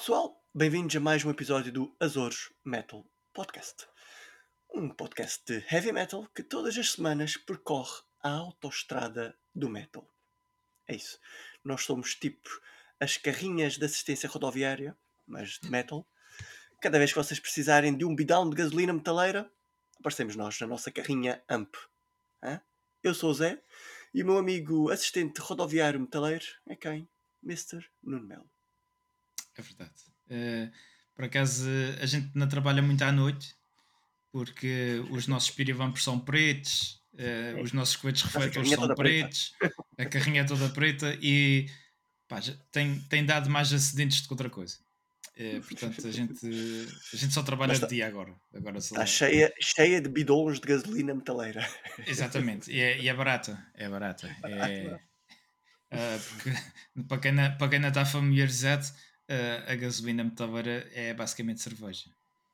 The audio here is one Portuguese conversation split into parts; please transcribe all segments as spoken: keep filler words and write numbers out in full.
pessoal, bem-vindos a mais um episódio do Azores Metal Podcast. Um podcast de heavy metal que todas as semanas percorre a autoestrada do metal. É isso. Nós somos tipo as carrinhas de assistência rodoviária, mas de metal. Cada vez que vocês precisarem de um bidão de gasolina metaleira, aparecemos nós na nossa carrinha A M P. Hã? Eu sou o Zé e o meu amigo assistente rodoviário metaleiro é quem? mister Nuno Melo. É verdade. Eh, por acaso a gente não trabalha muito à noite porque os nossos pirivampos são pretos, eh, É, os nossos coletes nossa refletores carrinha são toda preta. pretos, a carrinha é toda preta e pá, já tem, tem dado mais acidentes do que outra coisa. Eh, portanto, a gente, a gente só Mas trabalha de está dia agora. Agora tá só. cheia, cheia de bidons de gasolina metaleira. Exatamente. E é, e é barata. É barata. Barato, É, barato. ah, porque para quem não, para quem não está familiarizado, ah, a gasolina metaleira é basicamente cerveja.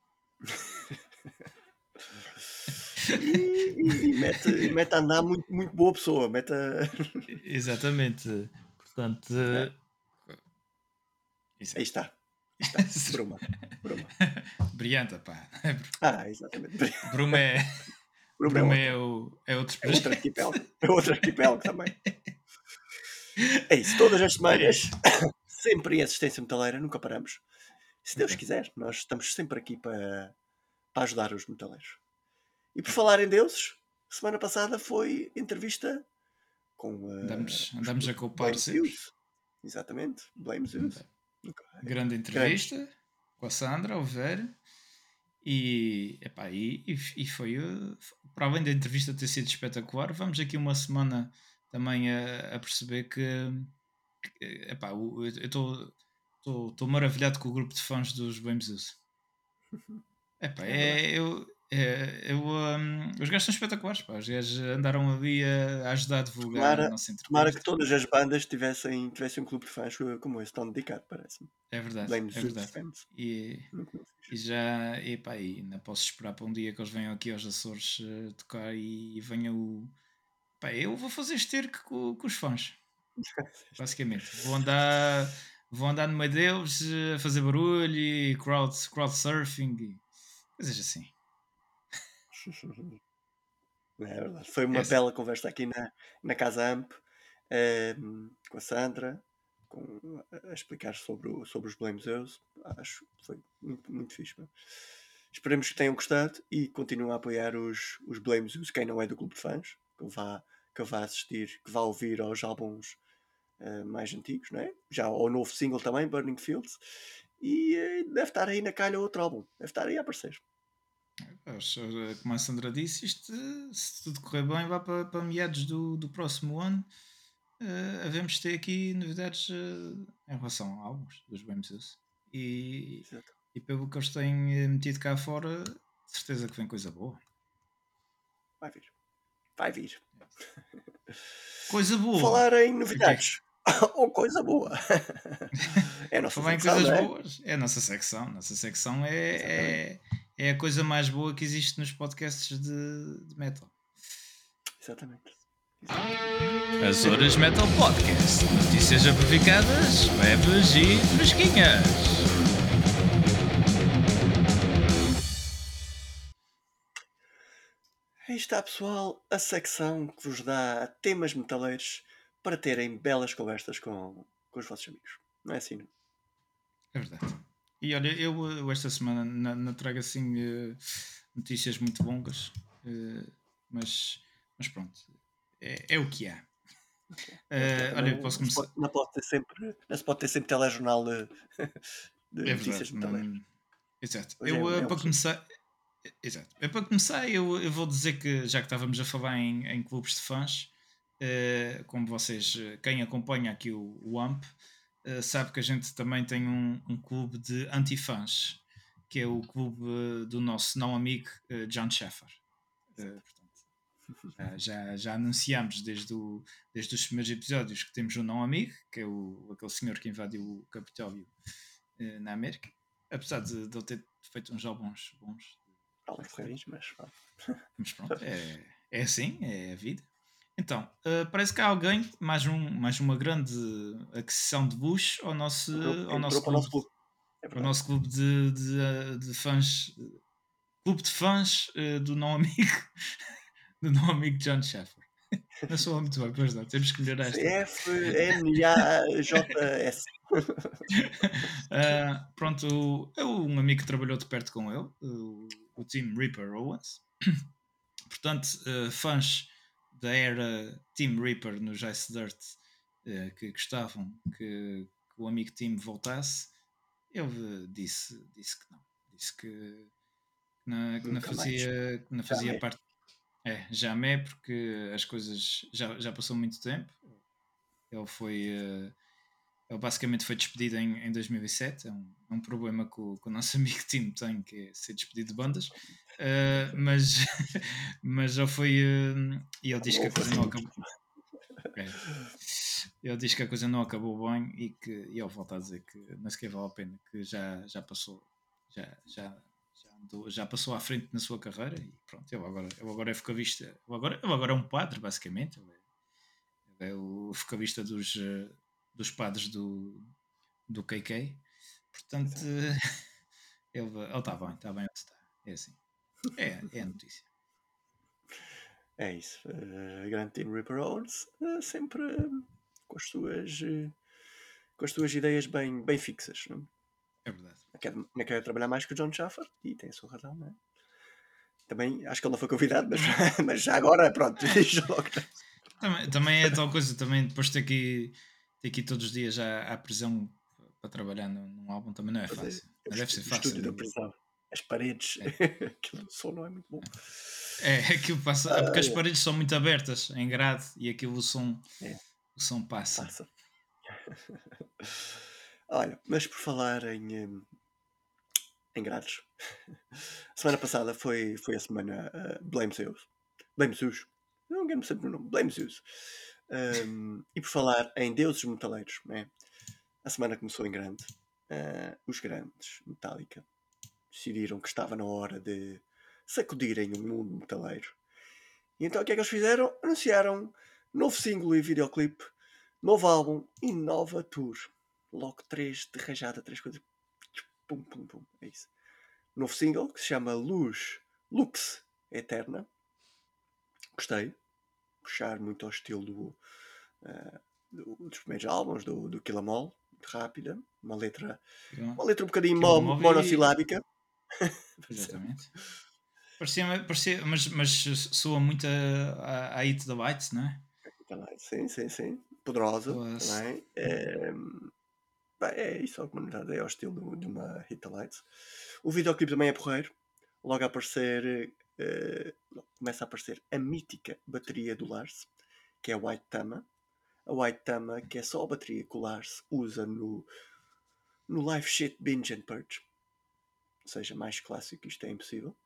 E, e- e mete, e mete a andar muito, muito boa pessoa. Mete a... Exatamente. Portanto, É, aí exato. está. Aí está. Bruma. Bruma. Brilhante, pá. Ah, exatamente. Bruma é, Bruma é Bruma é, outra. o, é outro É outro projeto. arquipélago. É outro arquipélago também. É isso. Todas as É semanas, isso. sempre em assistência metaleira, nunca paramos. Se É Deus verdade. quiser, nós estamos sempre aqui para, para ajudar os metaleiros. E por falar em deuses, semana passada foi entrevista com eh, Andamos, os, andamos os a culpar Blame sempre. Zeus. Exatamente, Blame Zeus. Nunca- Grande Grandes. entrevista com a Sandra Oliveira. E, epá, e, e, e foi, uh, para além da entrevista ter sido espetacular, vamos aqui uma semana também a, a perceber que, que, epá, o- eu estou maravilhado com o grupo de fãs dos Blame Zeus. Epá, É verdade. é, eu, é, eu, um, os gajos são espetaculares, pá. Os gajos andaram ali a, a ajudar a divulgar a Tomara, nossa tomara que entrevista. todas as bandas tivessem, tivessem um clube de fãs como esse, tão dedicado, parece-me. É verdade, Blame é Zeus verdade. fans. E, Muito, muito e fixe. já, epá, e ainda posso esperar para um dia que eles venham aqui aos Açores eh, tocar e, e venha o. Pá, eu vou fazer esterco com, com os fãs, basicamente. Vou andar, vou andar no meio deles eh, a fazer barulho e crowd, crowd surfing e coisas assim. É verdade. Foi É uma assim. bela conversa aqui na, na Casa Amp, ehm, com a Sandra, com, a a explicar sobre, o, sobre os Blame Zeus. Acho que foi muito, muito fixe. Meu. Esperemos que tenham gostado e continuem a apoiar os, os Blame Zeus, quem não é do clube de fãs, que vá, que vá assistir, que vá ouvir aos álbuns eh, mais antigos, não é? Já ao novo single também, Burning Fields. E eh, deve estar aí na calha outro álbum, deve estar aí a aparecer. Acho, eh, Como a Sandra disse, isto, eh, se tudo correr bem, vai para, para meados do, do próximo ano. Uh, havemos ter aqui novidades eh, em relação a álbuns dos B M Cs. E, Exato. e pelo que eles têm eh, metido cá fora, de certeza que vem coisa boa. Vai vir, vai vir. Coisa boa! Falar em O que é? novidades. Ou coisa boa. É a Por nossa falar em secção, coisas não é? boas, é a nossa secção. Nossa secção Exatamente. é, é, é a coisa mais boa que existe nos podcasts de, de metal. Exatamente. Exatamente. Azores Metal Podcast. Notícias amplificadas, leves e fresquinhas. Aí está, pessoal, a secção que vos dá temas metaleiros para terem belas conversas com, com os vossos amigos. Não é assim, não? É verdade. E olha, eu, eu esta semana não, não trago assim eh, notícias muito longas, eh, mas, mas pronto, é, é o que há. Ok. É o que é Eh, olha, eu também. posso Não se começar. pode, não pode ter sempre, não se pode ter sempre telejornal de, de É notícias verdade, metaleiras. não, exato. Hoje é, Eu, um- eh, é um para resumo. começar, exato. Eu, para começar, eu, eu vou dizer que já que estávamos a falar em, em clubes de fãs, eh, como vocês, eh, quem acompanha aqui o, o A M P, eh, sabe que a gente também tem um, um clube de antifãs, que é o clube eh, do nosso não amigo eh, John Sheffer. Eh, portanto, já, já, já anunciámos desde, o, desde os primeiros episódios que temos um não amigo, que é o, aquele senhor que invadiu o Capitólio eh, na América, apesar de, de ele ter feito uns álbuns bons de Alex black metal. Raiz, mas pá. Mas pronto, é, é assim, é a vida. Então, eh, parece que há alguém, mais, um, mais uma grande aquisição de bucho ao nosso, entrou, ao entrou nosso para o nosso clube. clube. É O verdade. nosso clube de, de, de fãs, clube de fãs eh, do não amigo, do não amigo John Sheffer. Não sou muito bem, pois não, temos que melhorar esta parte. C F N A J S. Ah, pronto, o- eu, um amigo que trabalhou de perto com ele, o, o Team Reaper Owens. Portanto, eh, fãs da era Team Reaper no Ice Dirt eh, que gostavam que, que o amigo Team voltasse, ele disse, disse que não. Disse que não, que não Nunca mais. fazia, que não fazia Jamais. parte. É, jamais, porque as coisas já, já passou muito tempo. Ele foi. eh, ele basicamente foi despedido em, em dois mil e sete. É um, é um problema que o, que o nosso amigo Tim tem, que é ser despedido de bandas. Eh, mas, mas ele foi. eh, e ele diz Não que a houve coisa assim não muito. acabou. É, ele diz que a coisa não acabou bem e que e ele volta a dizer que não sequer vale a pena, que já, já passou. Já, já, já, andou- já passou à frente na sua carreira e pronto, ele agora, ele agora é vocalista. Ele agora, ele agora é um padre, basicamente. Ele é, ele é o vocalista dos, eh, dos padres do, do K K. Portanto, Exato. ele está bem, está bem onde está. É assim. É, é a notícia. É isso. Uh, grande Team Ripper Owens, uh, sempre uh, com, as suas, uh, com as suas ideias bem, bem fixas. Não, É verdade. não, quer, não quer trabalhar mais que o John Schaffer e tem a sua razão, não é? Também acho que ele não foi convidado, mas, Também, mas já agora, pronto, diz logo. também, também é tal coisa, também depois ter que, ter que ir todos os dias já à prisão para trabalhar num, num álbum também não é Pois é, fácil. é o Não deve estu- ser o estúdio da fácil. prisão. As paredes, É, aquilo do som não é muito bom. é, é aquilo passa, é porque Ah, as paredes são muito abertas em grade e aquilo o som, é, é, o som passa. passa. Olha, mas por falar em, em, em grades, semana passada foi, foi a semana uh, Blame Zeus. Blame Zeus. Eu não engano sempre o nome. Blame Zeus. Um, e por falar em deuses metaleiros, né? A semana começou em grande. Uh, os grandes Metallica decidiram que estava na hora de sacudirem o mundo metaleiro. E então o que é que eles fizeram? Anunciaram novo single e videoclipe, novo álbum e nova tour. Logo três de rajada, três coisas. Pum, pum, pum. É isso. Novo single que se chama Luz, Lux Eterna. Gostei. Puxar muito ao estilo do, uh, do- dos primeiros álbuns do, do Kill 'Em All. Muito rápida. Uma letra, Aquilo, uma letra um bocadinho aquilo mo- move e. monossilábica. Exatamente. Parecia, parecia, mas, mas soa muito a, a, a Hit the Bites, não é? Também, sim, sim, sim. Poderosa Soa também. É, bem, é isso, a comunidade é ao estilo de uma Hit Lights. O videoclipe também é porreiro. Logo a aparecer, eh, começa a aparecer a mítica bateria do Lars, que é a White Tama. A White Tama, que é só a bateria que o Lars usa no, no Live Shit Binge and Purge. Ou seja, mais clássico, isto é impossível.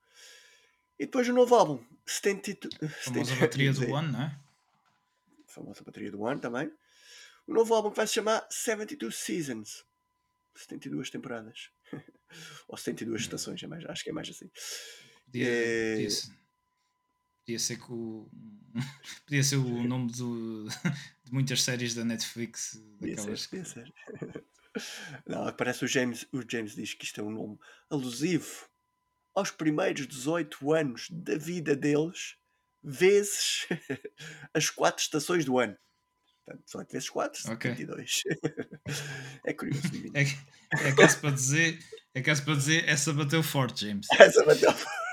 E depois o novo álbum, setenta e dois, a famosa setenta, ia bateria do dizer, One, não é? a famosa bateria do One também. O novo álbum que vai se chamar setenta e dois Seasons. setenta e duas temporadas. Ou setenta e duas estações, é mais, acho que é mais assim. Podia, podia, É, ser, podia ser que o. Podia ser o nome do, de muitas séries da Netflix, podia ser, daquelas que. podia ser. Não, parece o James, o James diz que isto é um nome alusivo aos primeiros dezoito anos da vida deles, vezes as quatro estações do ano. Portanto, dezoito vezes quatro, Ok. setenta e dois. É curioso, no mínimo. É, é caso para dizer. É caso para dizer, essa bateu forte, James. Essa bateu.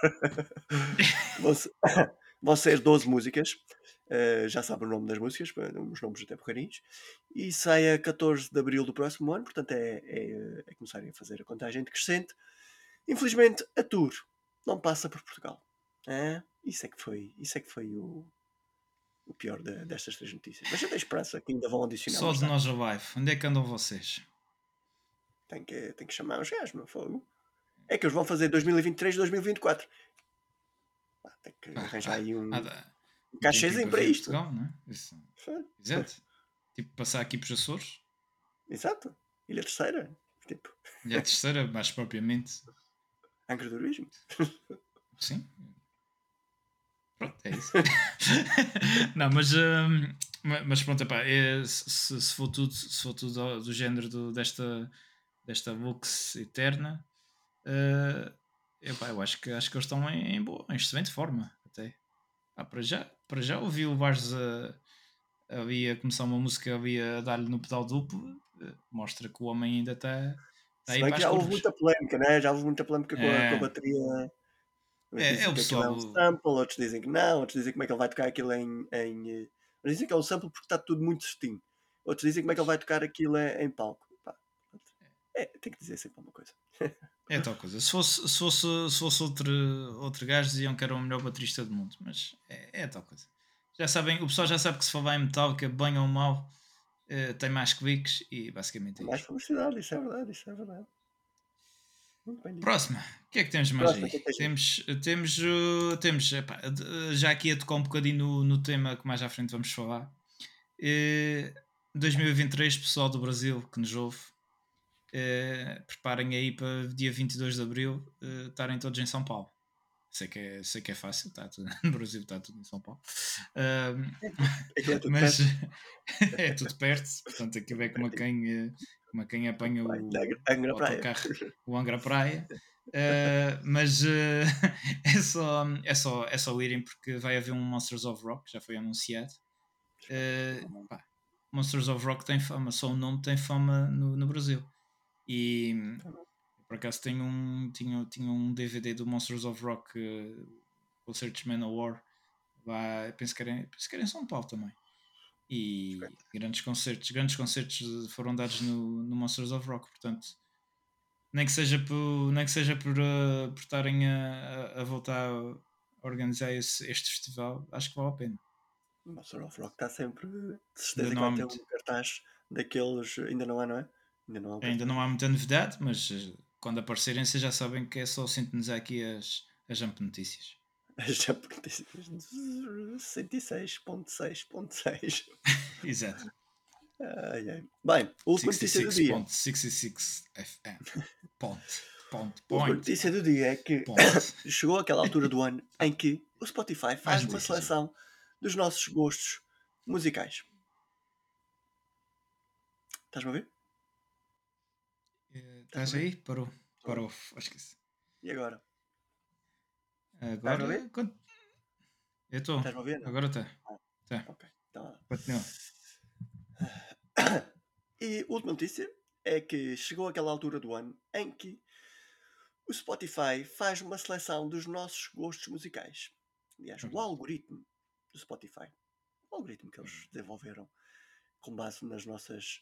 Vão ser- vão ser doze músicas. Uh, já sabe o nome das músicas, os nomes até pequeninos. E sai a catorze de abril do próximo ano, portanto é, é, é começarem a fazer a contagem decrescente. Infelizmente, a tour não passa por Portugal. Ah, isso é que foi, isso é que foi o, o pior de- destas três notícias. Mas eu tenho esperança que ainda vão adicionar Só umas de nós datas. Alive. Onde é que andam vocês? Tem que, tem que chamar os gajos, meu fogo. É que eles vão fazer dois mil e vinte e três e dois mil e vinte e quatro. Ah, tem que Ah, arranjar ah, aí há, um, há um um tempinho cachezinho para para vir a isto. Portugal, não é? Isso. Exato. Tipo, passar aqui para os Açores. Exato. Ilha Terceira. Tipo, E a terceira, mais propriamente. agroturismo. Sim. Pronto, é isso. Não, mas, hum, ma- mas pronto, epá, é, se, se for tudo, se for tudo do, do género do- desta, desta Lux Eterna. Uh, epá, eu acho que, acho que eles estão em, em, boa, em excelente forma até. Ah, para, já, para já ouvi o Vars a, ali a começar uma música ali a dar-lhe no pedal duplo, uh, mostra que o homem ainda está tá Se aí bem para que as já houve curvas. muita polémica, né? Já houve muita polémica com a, com a É, bateria. Uns é, é dizem o que aquilo pessoal. é um sample, outros dizem que não, outros dizem como é que ele vai tocar aquilo em. em eh, uns dizem que é um sample porque está tudo muito certinho. Outros dizem como é que ele vai tocar aquilo em, em palco. Pá, é, tem que dizer sempre uma coisa. É tal coisa. Se fosse, se fosse, se fosse outro, outro gajo, diziam que era o melhor baterista do mundo, mas é, é tal coisa. Já sabem, o pessoal já sabe que se falar em Metallica, bem ou mal, eh, tem mais cliques e basicamente é Mais isto. publicidade, isso é verdade, isso é verdade. Muito bem dito. Próxima, o que é que temos mais Próximo, o aí? que é que tens aí? Temos, temos, uh, temos epá, de- já aqui a tocar um bocadinho no, no tema que mais à frente vamos falar. Eh, dois mil e vinte e três, pessoal do Brasil que nos ouve, eh, preparem aí para dia vinte e dois de Abril eh, estarem todos em São Paulo. Sei que é, sei que é fácil, está tudo, no Brasil está tudo em São Paulo. Ahm, Aquilo é tudo mas perto. é tudo perto, portanto aquilo é como a quem, eh, como a quem apanha Vai, o, Angra o Praia. autocarro, o Angra Praia. Uh, mas uh, é, só, é, só, é só irem porque vai haver um Monsters of Rock, já foi anunciado. Uh, pá, Monsters of Rock tem fama, só o nome tem fama no, no Brasil. E por acaso tenho um, tinha, tinha um D V D do Monsters of Rock, uh, Concertos Manowar, lá, penso, que era, penso que era em São Paulo também. E grandes concertos, grandes concertos foram dados no, no Monsters of Rock, portanto, nem que seja por, nem que seja por, uh, por estarem a, a voltar a organizar esse, este festival, acho que vale a pena. O Monster of Rock está sempre. De Ainda certeza que não há vai ter muito, um cartaz daqueles. Ainda não há, não é? Ainda não há um ainda cartaz. não há muita novidade, mas uh, quando aparecerem, vocês já sabem que é só sintonizar aqui as, as Jump Notícias. Já porque sessenta e seis ponto seis ponto seis. Exato. Ai, ai. Bem, última notícia do dia. sessenta e seis ponto sessenta e seis F M. Ponte. Ponte. Última Point. notícia do dia é que Ponte. chegou aquela altura do ano Ah, em que o Spotify mais faz uma notícias aí. seleção dos nossos gostos musicais. Estás-me a ver? Eh, Estás-me Estás a ver? aí? Parou. Estou. Parou. Acho que sim. E agora? Estás-me a ver? Agora. con- Eu estou. Estás-me a ver? Não? Agora está. Ah, Tá. ok. Então, Continua. e a última notícia é que chegou aquela altura do ano em que o Spotify faz uma seleção dos nossos gostos musicais. Aliás, o Verdade. algoritmo do Spotify. O algoritmo que eles desenvolveram com base nas nossas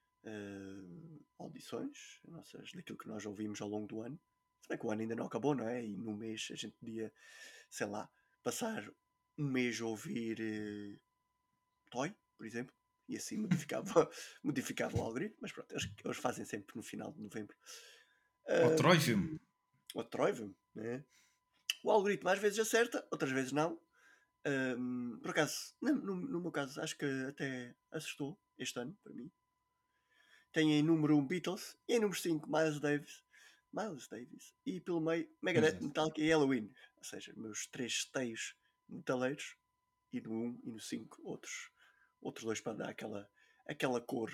uh, audições, nossas, daquilo que nós ouvimos ao longo do ano. Se bem que o ano ainda não acabou, não é? E no mês a gente podia, sei lá, passar um mês a ouvir uh, Toy, por exemplo, e assim modificava, modificava o algoritmo, mas pronto, eles, eles fazem sempre no final de novembro. O Troivium. Um, o Troivium, né? O algoritmo às vezes acerta, outras vezes não. Um, por acaso, no, no, no meu caso, acho que até acertou este ano, para mim. Tem em número um Beatles e em número cinco Miles Davis. Miles Davis. E pelo meio Megadeth, Exato. Metallica e Halloween. Ou seja, meus três esteios metaleiros. E no um e no cinco outros, outros dois para dar aquela, aquela cor.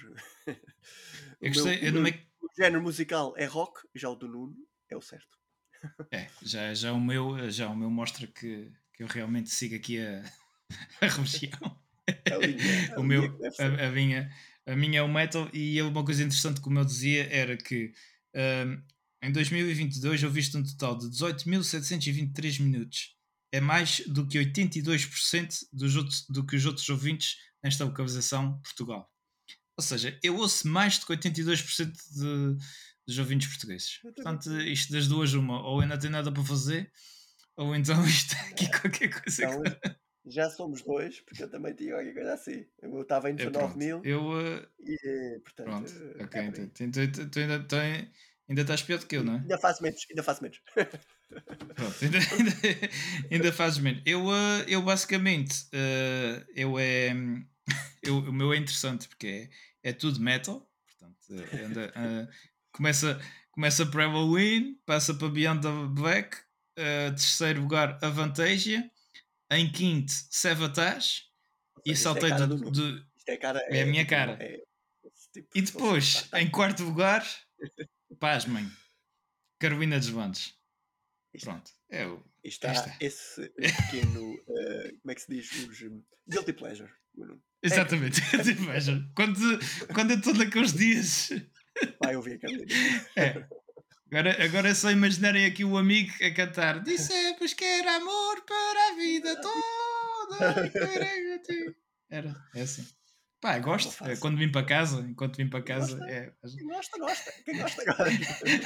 o, Eu meu, gostei. o Eu não meu me... género musical é rock, já o do Nuno é o certo. É, já, já, o meu, já o meu mostra que, que eu realmente sigo aqui a, a religião. A linha, a o linha que meu, deve ser. a, a, minha, a minha é o metal. E uma coisa interessante que o meu dizia era que um, em dois mil e vinte e dois eu viste um total de dezoito mil setecentos e vinte e três minutos. É mais do que oitenta e dois por cento dos outros, do que os outros ouvintes nesta localização Portugal. Ou seja, eu ouço mais do que oitenta e dois por cento de, dos ouvintes portugueses. Portanto, isto das duas, uma, ou ainda tem nada para fazer, ou então isto é aqui qualquer coisa Então que... já somos dois, porque eu também tinha qualquer coisa assim. Eu estava em É dezanove pronto. mil Eu, uh, e, eh, portanto, pronto, eh, ok. é por Então, aí. tu, tu, tu ainda, tu ainda estás pior do que eu, não é? Ainda faço menos, ainda faço menos. Pronto, ainda, ainda, ainda fazes menos. Eu, uh, eu basicamente, uh, eu é, eu, o meu é interessante porque é, é tudo metal, portanto, uh, anda, uh, começa, começa por Halloween, passa para Beyond the Black, uh, terceiro lugar Avantasia, em quinto Savatage Ou e seja, isto é a saltei cara do, do Nuno. do, Isto é a cara, é a é minha tipo, cara. é esse tipo, E se fosse, pá, depois, tá. em quarto lugar, Pasmem, Carolina Deslandes. Aí está. Pronto, é o. Aí Aí está está. esse pequeno, eh, como é que se diz? Os hum, guilty pleasure. É a Exatamente, Carolina. eu te vejo. Quando, quando eu estou naqueles dias. Vai ouvir a Carolina. É. Agora, agora é só imaginarem aqui o amigo a cantar: Dissemos que era amor para a vida toda e carrega a ti. Era, é assim. Pá, É uma gosto. É, fase. quando vim para casa, enquanto vim para Quem casa, gosta, é. quem gosta, gosta. Quem gosta, gosta.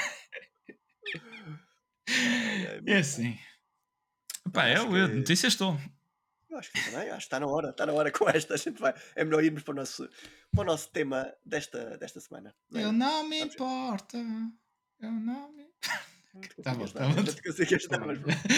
Ai, ai, É muito bem. assim. Pá, Pá, eu é acho o eu, de que notícias estou. eu acho que sim também. Acho que está na hora. Está na hora com esta. A gente vai. É melhor irmos para o nosso, para o nosso tema desta, desta semana. Não é Eu não? não me Vamos. importa. Eu não me. Não te Tá bom, consigas tá nada. bom. Não te consigas Tá nada, bom. mas pronto.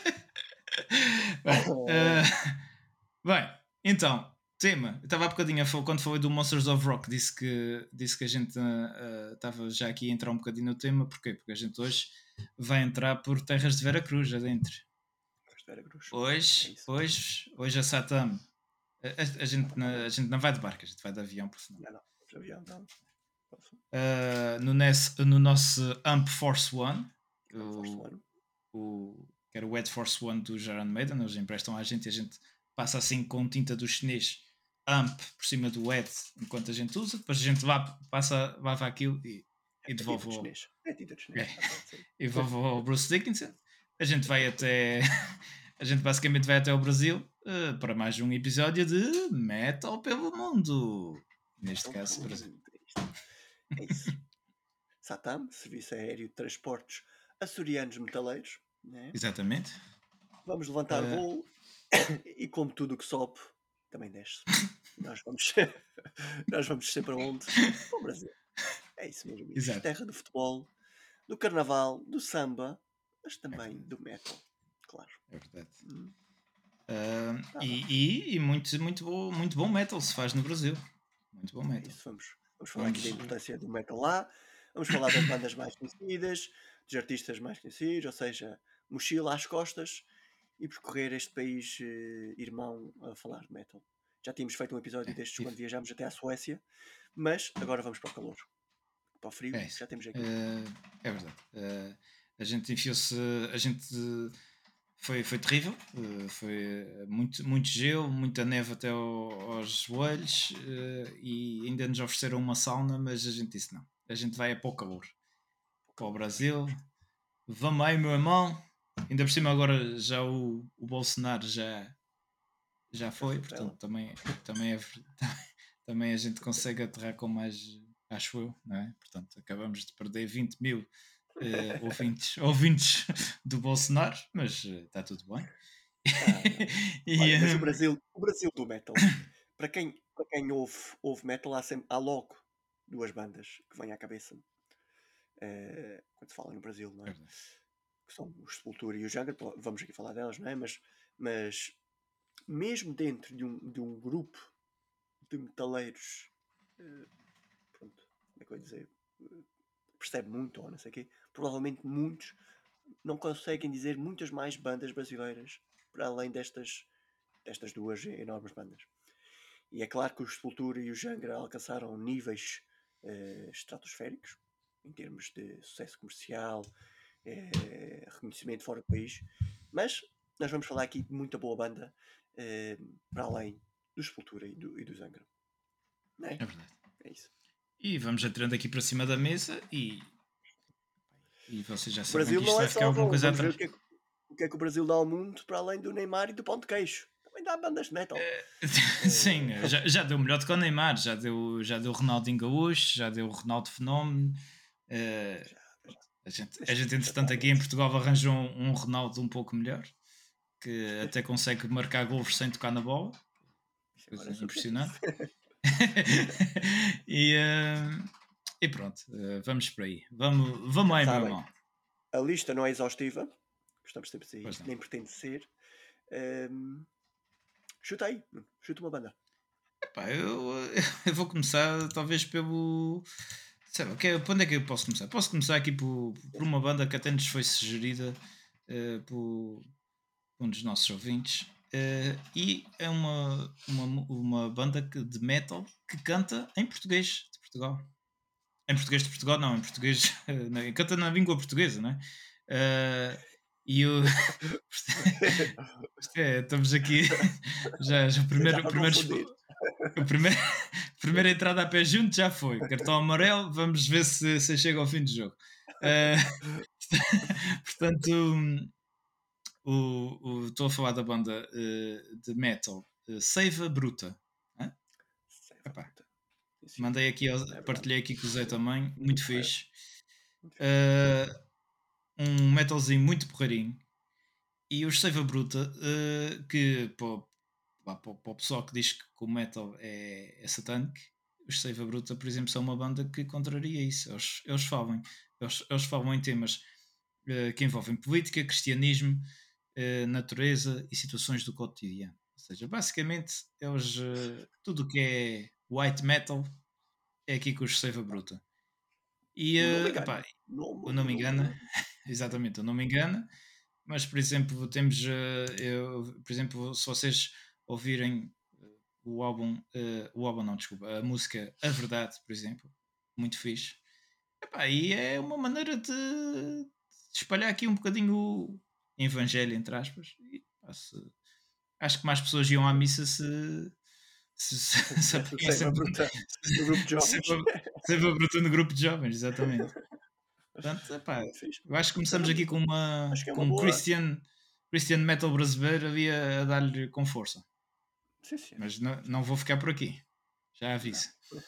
Bem, eh, bem, então, tema. Eu estava há bocadinho a falar, quando falei do Monsters of Rock, disse que, disse que a gente eh, eh, estava já aqui a entrar um bocadinho no tema. Porquê? Porque a gente hoje vai entrar por terras de Veracruz adentro. Gosto de Veracruz. É Hoje, isso. hoje, hoje a Satam. A, a- a gente, na- a gente não vai de barco, a gente vai de avião, por sinal. Não, não. Vamos de avião, então. Posso? Uh, no, nes- no nosso Amp Force One, Vamos Force o, One. o, que era o Ed Force One do Iron Maiden, eles emprestam à gente e a gente passa assim com tinta do chinês Amp por cima do Ed enquanto a gente usa, depois a gente vá, passa, lava aquilo e, e É tinta devolve de ao, chinês. É tinta de é, chinês. Está certo, sim. e devolve ao Bruce Dickinson. A gente vai até. A gente basicamente vai até ao Brasil uh, para mais um episódio de Metal pelo Mundo. Neste Então, caso, pelo Brasil. mundo. É isto. É isso. SATAM, Serviço Aéreo de Transportes Açorianos Metaleiros. Né? Exatamente. Vamos levantar Uh, voo e, como tudo o que sobe, também desce. Nós vamos, nós vamos sempre aonde? Para o Brasil. É isso, meus amigos. Exato. Terra do futebol, do carnaval, do samba, mas também Exatamente. do metal. Claro. É verdade. Hum, Uh, tá bem. e e, e muito, muito, bom, muito bom metal se faz no Brasil. Muito bom É metal. isso. Vamos, vamos falar aqui da Vamos. importância do metal lá. Vamos falar das bandas mais conhecidas, dos artistas mais conhecidos, ou seja, mochila às costas e percorrer este país eh, irmão a falar de metal. Já tínhamos feito um episódio É, destes e- quando viajámos até à Suécia, mas agora vamos para o calor. Para o frio, é isso. já temos aqui. Uh, é verdade. Uh, a gente enfiou-se. A gente. Foi, foi terrível. Uh, foi muito, muito gelo, muita neve até ao- aos joelhos. Uh, e ainda nos ofereceram uma sauna, mas a gente disse não. A gente vai é para o calor. O Para o calor, nós Brasil. vamos. Vamos aí, meu irmão. Ainda por cima, agora já o, o Bolsonaro já, já Já foi, foi para portanto ela. também, também, é, também a gente consegue aterrar com mais, acho eu, não é? Portanto, acabamos de perder vinte mil eh, ouvintes, ouvintes do Bolsonaro, mas eh, está tudo bem. Tá bem. e, Olha, mas o eh, Brasil, o Brasil do metal, para quem, para quem ouve, ouve metal, há, sempre, há logo duas bandas que vêm à cabeça eh, quando se fala no Brasil, não é é? verdade. Que são o Sepultura e o Janga, pô, vamos aqui falar delas, não é? Mas, mas mesmo dentro de um, de um grupo de metaleiros, eh, pronto, como é que eu ia dizer, eh, percebe muito ou não sei o quê, provavelmente muitos não conseguem dizer muitas mais bandas brasileiras para além destas, destas duas enormes bandas. E é claro que o Sepultura e o Jangra alcançaram níveis eh, estratosféricos em termos de sucesso comercial, eh, reconhecimento fora do país, mas nós vamos falar aqui de muita boa banda eh, para além do Sepultura e do, e do Zangra. Não é? É verdade. É isso. E vamos entrando aqui para cima da mesa e, e vocês já O sabem Brasil que isto não é vai ficar só alguma bom. coisa Vamos ver atrás. o que é que, o que, é que o Brasil dá ao mundo para além do Neymar e do Pão de Queijo. Também dá bandas de metal. Sim, Eh, já, já deu melhor do que o Neymar, já deu, já deu o Ronaldinho Gaúcho, já deu o Ronaldo Fenómeno. eh, já, já. a, gente, a Mas gente, isso entretanto, aqui em atualmente. Portugal arranjou um, um Ronaldo um pouco melhor, que até consegue marcar gols sem tocar na bola, Isso agora coisa é subjetivo. impressionante. e, eh, e pronto, eh, vamos por aí. Vamos, vamos Já aí, meu sabem, irmão. a lista não é exaustiva. Gostamos sempre de dizer Pois isto, não. nem pretende ser. Ehm, chuta aí, chuta uma banda. Epá, eu, eu vou começar talvez pelo. Sei lá, que é- por onde é que eu posso começar? Posso começar aqui por, por uma banda que até nos foi sugerida eh, por um dos nossos ouvintes. eh, e é uma, uma, uma banda que- de metal que canta em português de Portugal. em português de Portugal, não, em português, na- canta na língua portuguesa, não é? Ah, e o. Isto é, estamos aqui, já, já o Já primeiro, o para primeiro, confundir. expo- o primeiro, primeira entrada a pé junto já foi. Cartão amarelo, vamos ver se, se chega ao fim do jogo. Ah, portanto, o, o- estou a falar da banda eh, de metal eh, Seiva Bruta. Hã? Ceva Epá, bruta. Sim, senhor. mandei aqui, É ao- verdade. partilhei aqui com o Zé também, Muito muito porreiro. fixe. Muito fixe. Eh, um metalzinho muito porreirinho. E os Seiva Bruta, eh, que para, o- pá, para o para o pessoal que diz que o metal é, é satânico, os Seiva Bruta, por exemplo, são uma banda que contraria isso. Eles, eles falam, eles, eles falam em temas eh, que envolvem política, cristianismo, eh, natureza e situações do cotidiano. Ou seja, basicamente, eles, eh, tudo o que é white metal é aqui com os Seiva Bruta. E, O nome eh, engana. epá, O nome, o não o me nome engana, engana. Sim. exatamente, o não me engana, mas, por exemplo, temos, eh, eu, por exemplo, se vocês ouvirem eh, o álbum, eh, o álbum não, desculpa, a música A Verdade, por exemplo, muito fixe. Epá, e é uma maneira de, de espalhar aqui um bocadinho o evangelho, entre aspas. E, pá, se- acho que mais pessoas iam à missa se, se, se, Se se tivesse o apanhassem Ceva bruta no grupo de jovens. sempre, sempre a no grupo de jovens, exatamente. Portanto, epá, Muito fixe. eu acho que começamos aqui Sinceramente, com uma acho que é uma com um boa. Christian, Christian metal brasileiro ali a, a dar-lhe com força. Sim, senhor. Mas não, não vou ficar por aqui. Já Não. aviso.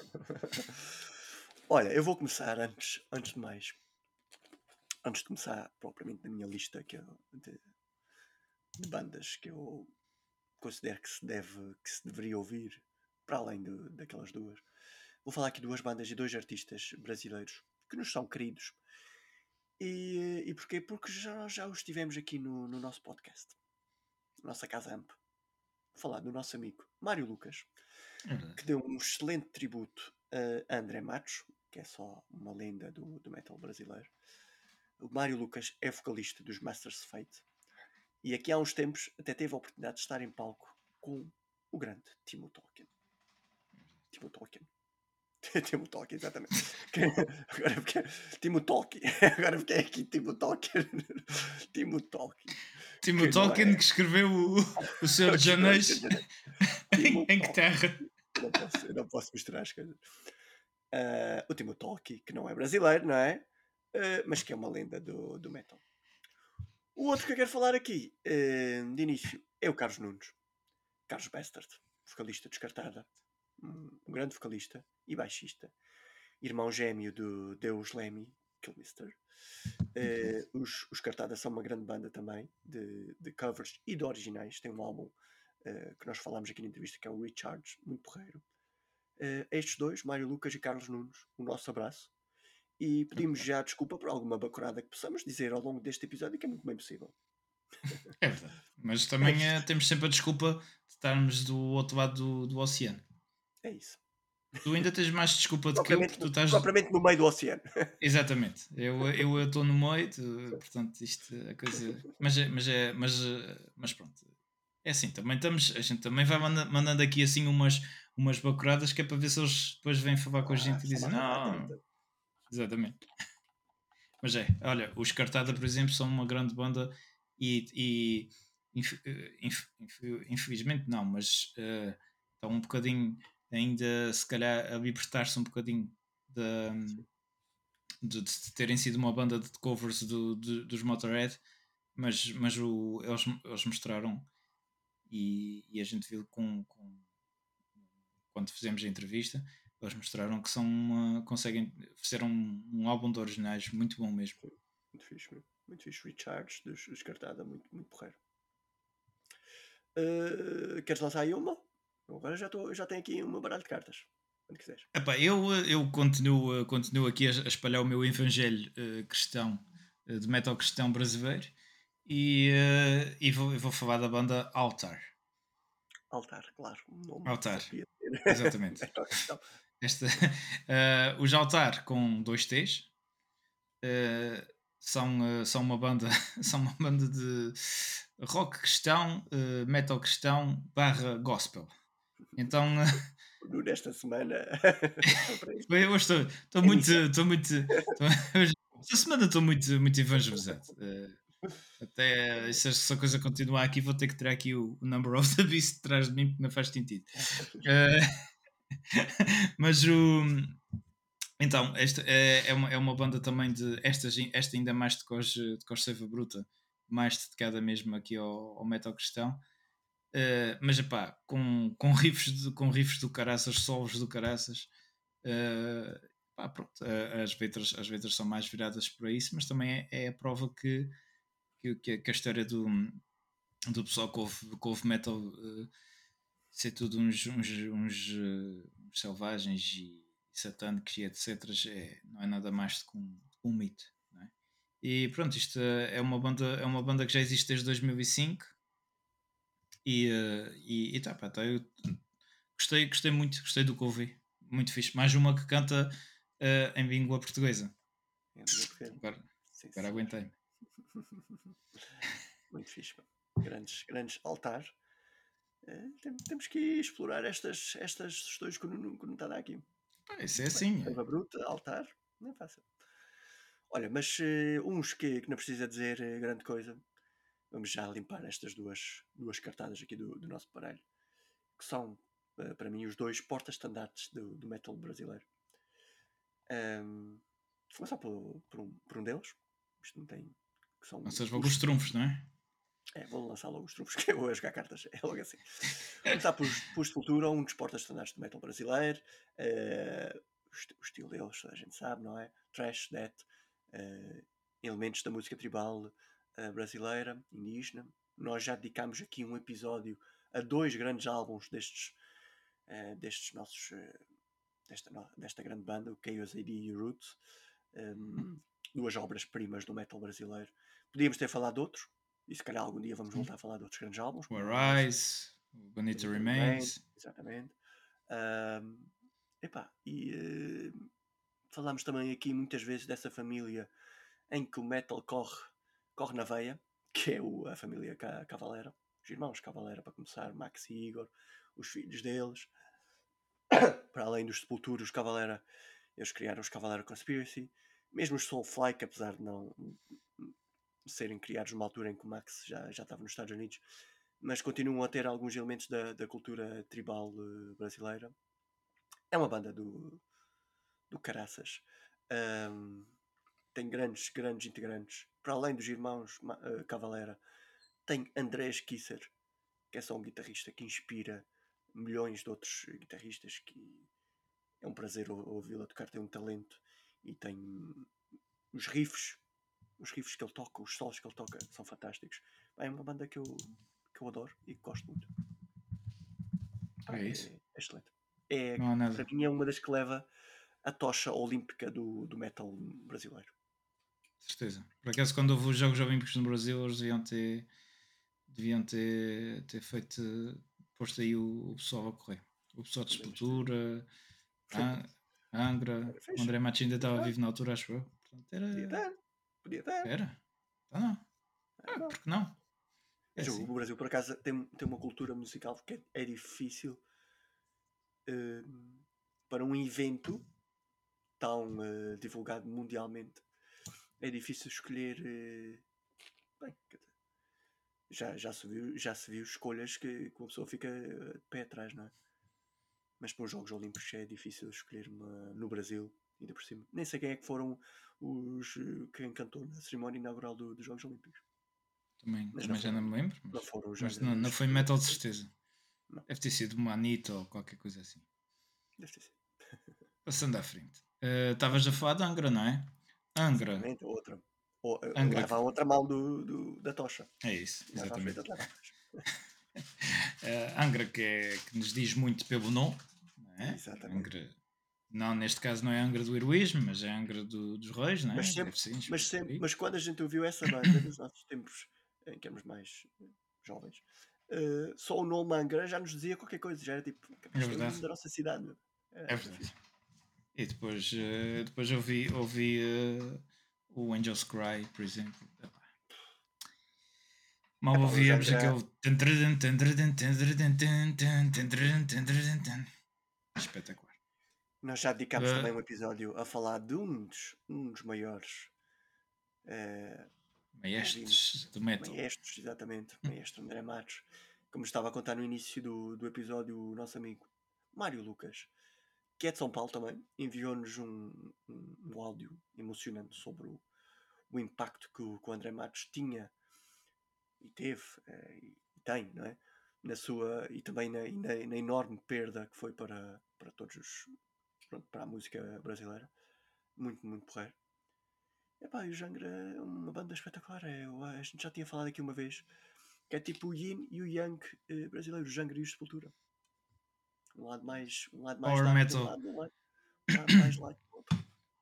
Olha, eu vou começar antes, antes de mais. Antes de começar propriamente na minha lista que eu- de, de bandas que eu considero que se deve, que se deveria ouvir, para além de- daquelas duas. Vou falar aqui de duas bandas e dois artistas brasileiros que nos são queridos. E, e porquê? Porque já, já os tivemos aqui no, no nosso podcast, nossa Casa Amp. Vou falar do nosso amigo Mário Lucas, É verdade. que deu um excelente tributo a André Matos, que é só uma lenda do, do metal brasileiro. O Mário Lucas é vocalista dos Masters of Fate e aqui há uns tempos até teve a oportunidade de estar em palco com o grande Timo Tolkien. Timo Tolkien. Timo Tolkien, exatamente. Agora porque Timo Tolkien. Agora porque é aqui Timo Tolkien. Timo Tolkien. Timo Que não Tolkien é. que escreveu o, o Senhor dos Que não é Anéis em, Timo em que Tolkien. terra? Eu não posso, eu não posso misturar as coisas. Uh, o Timo Tolkien, que não é brasileiro, não é? Uh, mas que é uma lenda do, do metal. O outro que eu quero falar aqui, uh, de início, é o Carlos Nunes. Carlos Bastard, vocalista descartada. Um, um grande vocalista e baixista. Irmão gêmeo do Deus Lemmy Kilmister. Muito bom. Uh, os, os Cartada são uma grande banda também, de, de covers e de originais. Tem um álbum uh, que nós falámos aqui na entrevista, que é o Recharge, muito porreiro. Uh, estes dois, Mário Lucas e Carlos Nunes, o nosso abraço. E É pedimos verdade. já desculpa por alguma bacurada que possamos dizer ao longo deste episódio, que é muito bem possível. É verdade. Mas É também eh, isso. temos sempre a desculpa de estarmos do outro lado do, do oceano. É isso. Tu ainda tens mais desculpa do que eu, Propriamente, porque tu no, estás. propriamente no meio do oceano. Exatamente, eu eu estou no meio, tu- portanto, isto a coisa. Mas é, mas é, mas, eh, mas pronto. É assim, também estamos, a gente também vai manda- mandando aqui assim umas, umas bacuradas que é para ver se eles depois vêm falar com a Ah, gente e só dizem, mais falta a não, treta. exatamente. Mas é, olha, os Cartada, por exemplo, são uma grande banda e, e inf- eh, inf- inf- infelizmente não, mas eh, estão um bocadinho ainda, se calhar, a libertar-se um bocadinho da de, de terem sido uma banda de covers do, do- dos Motorhead, mas, mas o, eles, eles mostraram e, e a gente viu com, com- quando fizemos a entrevista, eles mostraram que são uma, conseguem fazer um, um álbum de originais muito bom mesmo. Sim, muito fixe, meu. Muito fixe. Recharge dos, dos Cartada, muito, muito porreiro. Uh, queres lançar aí uma? Eu agora já, tô, já tenho aqui uma baralho de cartas. Quando quiseres. Epá, eu, eu continuo, continuo aqui a, a espalhar o meu evangelho eh, cristão, eh, de metal cristão brasileiro, e, eh, e vou, eu vou falar da banda Altar. Altar, claro. Um nome Altar, só podia ter. exatamente. Metal cristão. Esta, eh, os Altar com dois T's eh, são, eh, são uma banda são uma banda de rock cristão, eh, metal cristão barra gospel. Então, no nesta semana foi para isto. Eu hoje estou estou É muito missão. estou muito estou hoje esta semana estou muito muito evangelizado. Eh, até se essa coisa continuar aqui, vou ter que tirar aqui o o Number of the Beast de trás de mim, porque não faz sentido. Eh, mas o então, esta é é uma é uma banda também de esta gen esta ainda mais de cos de cos Seiva Bruta, mais dedicada mesmo aqui ao ao metal cristão. Eh, mas epá, com, com riffs de, com riffs do caraças, solos do caraças. eh, pá, pronto, eh, as letras, as letras são mais viradas para isso, mas também é, é a prova que, que, que a que a história do, do pessoal que ouve, que ouve metal eh, ser tudo uns, uns, uns, eh, uns selvagens e satânicos e etcétera é, não é nada mais do que um, um mito. Não é? E pronto, isto é uma banda, é uma banda que já existe desde dois mil e cinco e, eh, e, e tá, pá, tá, eu gostei, gostei muito, gostei do que ouvi. Muito fixe. Mais uma que canta eh, em língua portuguesa. É a língua portuguesa. Agora, Sim, agora senhor. aguentei. Muito fixe, pá. Grandes, grandes altares. Eh, tem- temos que explorar estas, estas sugestões que o Nuno que o Nuno está a dar aqui. Pá, isso é Muito bem. assim. Seiva É. bruta, altar, não é fácil. Olha, mas eh, uns que, que não precisa dizer eh, grande coisa. Vamos já limpar estas duas, duas cartadas aqui do, do nosso baralho, que são, eh, para mim, os dois porta-estandartes do, do metal brasileiro. Ahm, vou começar por, por, um, por um deles. Isto não tem. Que são Lanças logo os os. trunfos, não é? É, vou lançar logo os trunfos, que eu vou a jogar cartas. É logo assim. Vou começar por, por Sepultura, um dos porta-estandartes do metal brasileiro. eh, o, esti- o estilo deles, a gente sabe, não é? Thrash, death, eh, elementos da música tribal eh, brasileira, indígena. Nós já dedicámos aqui um episódio a dois grandes álbuns destes, eh, destes nossos, eh, desta, no- desta grande banda, o Chaos A D e o Roots. Um, duas obras-primas do metal brasileiro. Podíamos ter falado de outros, e se calhar algum dia vamos Sim. voltar a falar de outros grandes álbuns, O como é o Arise, Arise, o Bonita Bonita Remains, Remains. exatamente. Um, epá, e uh, falámos também aqui muitas vezes dessa família em que o metal corre, corre na veia, que é o, a família Ca- Cavalera, os irmãos Cavalera, para começar, Max e Igor, os filhos deles. Para além dos Sepultura, os Cavalera, eles criaram os Cavalera Conspiracy. Mesmo os Soulfly, que apesar de não serem criados numa altura em que o Max já, já estava nos Estados Unidos, mas continuam a ter alguns elementos da, da cultura tribal uh, brasileira. É uma banda do, do caraças. Um, tem grandes, grandes integrantes. Para além dos irmãos uh, Cavalera, tem Andrés Kisser, que é só um guitarrista que inspira milhões de outros guitarristas, que é um prazer ouvi-lo tocar, tem um talento e tem os riffs, os riffs que ele toca, os solos que ele toca são fantásticos. É uma banda que eu, que eu adoro e que gosto muito. Pá, É isso. é, é excelente. É, Não há para nada. mim é uma das que leva a tocha olímpica do, do metal brasileiro. Certeza. Por acaso, quando houve os Jogos Olímpicos no Brasil, eles deviam ter, deviam ter, ter feito, posto aí o, o pessoal a correr. O pessoal de Também gostei. Sepultura, a Angra, Era o fixe. André Matos ainda Podia estava estar. vivo na altura, acho eu. Portanto, Podia era. estar. Podia estar. Era. Tá não. Ah, Ah, não. por que não? É Mas o assim. Brasil, por acaso, tem, tem uma cultura musical que é, é difícil eh, para um evento tão eh, divulgado mundialmente. É difícil escolher. eh, bem, quer dizer, já, já, se viu, já se viu escolhas que, que uma pessoa fica eh, de pé atrás, não é? Mas para os Jogos Olímpicos é difícil escolher uma, no Brasil, ainda por cima. Nem sei quem é que foram os. eh, quem cantou na cerimónia inaugural do- dos Jogos Olímpicos. Também, Mas não também já não foram, me lembro, não mas, foram os, mas não, não os foi portugueses. metal de certeza. Não, Deve ter sido uma Anitta ou qualquer coisa assim. deve ter sido. Passando à frente. Eh, Estavas a falar de Angra, não é? Angra. Exatamente, a outra. Ou, eh, Angra. leva a outra mão do, do- da tocha. É isso, Mais à frente, exatamente. outra leva atrás. Eh, Angra, que, é, que nos diz muito pelo nome, não é? Exatamente. Angra. Não, neste caso não é Angra do heroísmo, mas é Angra do- dos reis, não Mas é? sempre, Deve ser mas inspirado por sempre, aí. mas quando a gente ouviu essa banda nos nossos tempos, em que éramos mais eh, jovens, eh, só o nome Angra já nos dizia qualquer coisa, já era tipo, É isto é o verdade, nome da nossa cidade, meu. Era, é era verdade. fixe. E depois, eh, depois ouvi, ouvi eh, o Angels Cry, por exemplo. Epá, mal Epá, os ouvíamos Angra, aquele. tan, tran, tan, tran, tan, tran, tran, tan, tan, tran, tran, tran, tran. espetacular. Nós já dedicámos também Uh, um episódio a falar de um dos, um dos maiores eh, heavy Maestros do metal. maestros, exatamente, maestro André Matos. Como estava a contar no início do, do episódio, o nosso amigo Mário Lucas, que é de São Paulo também, enviou-nos um, um, um áudio emocionante sobre o, o impacto que o, que o André Matos tinha e teve eh, e tem, não é? Na sua, e também na, na, na enorme perda que foi para, para todos os, pronto, para a música brasileira. Muito, muito porreiro. Epá, e o Jangra é uma banda espetacular. É, a gente já tinha falado aqui uma vez que é tipo o Yin e o Yang eh, brasileiro, o Jangra e o Sepultura. Um lado mais, um lado mais Power dark de um metal. lado, um lado, um lado mais light do outro.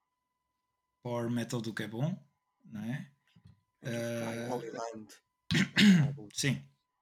Power metal do que é bom, não é? Angels Cry, Uh, Holy Land, grande álbum. sim.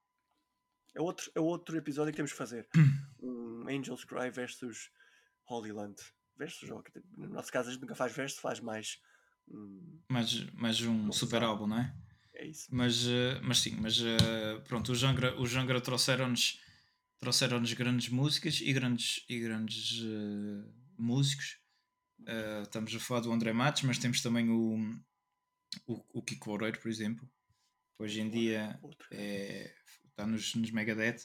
É outro, é outro episódio que temos que fazer. Um Angels Cry versus Holy Land. Versus, ó, que no nosso caso a gente nunca faz verso, faz mais um, mais, mais um uma super fusão. álbum, não é? É isso. Mas, uh, mas sim, mas uh, pronto, o Jangra, o Jangra trouxeram-nos trouxeram-nos grandes músicas e grandes, e grandes uh, músicos. Uh, estamos a falar do André Matos, mas temos também o, o, o Kiko Loureiro, por exemplo. Hoje em Loureiro, dia outro grande. é, está nos, nos Megadeth,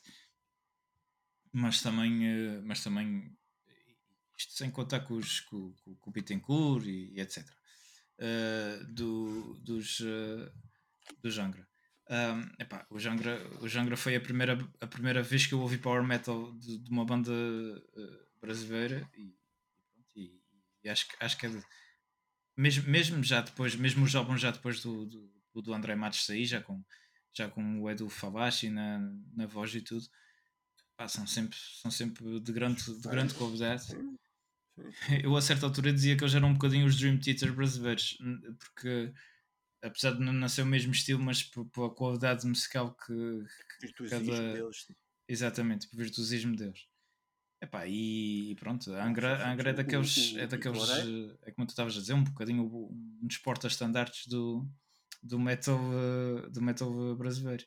mas também, uh, mas também isto sem contar com, os, com, com, com o Bittencourt e, e etcétera. Uh, do, dos, uh, do Jangra. Um, epá, o Jangra. O Jangra foi a primeira, a primeira vez que eu ouvi power metal de, de uma banda uh, brasileira e, e, e acho, que- acho que é de, mesmo, mesmo já depois, mesmo os álbuns já depois do, do, do André Matos sair, já com, já com o Edu Falaschi na, na voz e tudo, pá, são, sempre, são sempre de grande, de grande qualidade. Sim, sim, sim. Eu a certa altura dizia que eles eram um bocadinho os Dream Theater brasileiros, porque apesar de não nascer o mesmo estilo, mas pela qualidade musical que, que Virtuosismo cada. deles. Exatamente, o virtuosismo deles. Epá, e pronto, a Não, foi Angra, a fixo. Angra é O, o, daqueles, é o Kiko daqueles, Loureiro, eh, é como tu estavas a dizer, um bocadinho um dos porta-estandartes do, do metal, eh, do metal brasileiro.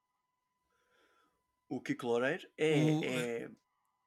o Kiko Loureiro O, é, é,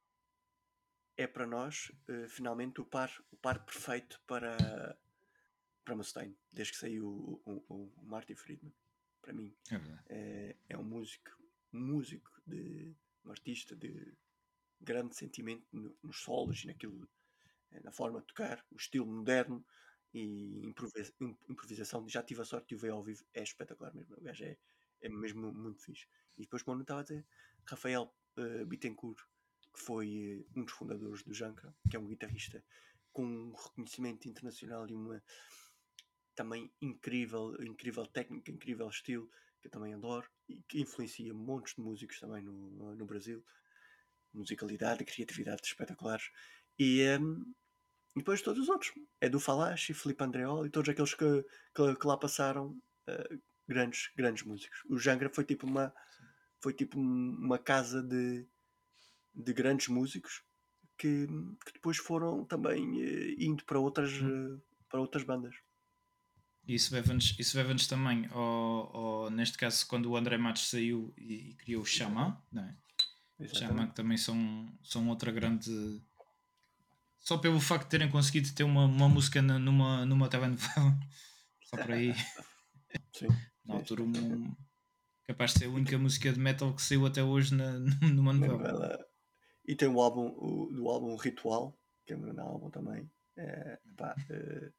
é para nós, eh, finalmente, o par, o par perfeito para, para Mustaine, desde que saiu o, o, o Marty Friedman. Para mim, é verdade. é, é um músico, um músico, de, um artista de grande sentimento no, nos solos e naquilo, eh, na forma de tocar, o estilo moderno e improvisa- im- improvisação. Já tive a sorte de o ver ao vivo, é espetacular mesmo. O gajo é, é mesmo muito fixe. E depois, como eu estava a dizer, Rafael eh, Bittencourt, que foi eh, um dos fundadores do Janka, que é um guitarrista com um reconhecimento internacional e uma também incrível, incrível técnica, incrível estilo, que eu também adoro e que influencia montes de músicos também no, no Brasil. Musicalidade e criatividade espetaculares. E, um, e depois todos os outros. É do Falache, Filipe Andreoli e todos aqueles que, que, que lá passaram, uh, grandes, grandes músicos. O Jangra foi tipo uma, foi tipo uma casa de, de grandes músicos que, que depois foram também uh, indo para outras, uh, para outras bandas. E isso leva-nos isso leva também ao, ao, neste caso, quando o André Matos saiu e, e criou o Exatamente. Xamã, não é? Xamã Exatamente. que também são, são outra grande. Só pelo facto de terem conseguido ter uma, uma música na- numa, numa telenovela, só por aí, Sim, na sim, altura, sim, sim, sim. um, capaz de ser a E, única música de metal que saiu até hoje na, numa na novela. novela. E tem o álbum o, do álbum Ritual, que é um grande álbum também. É, pá, é,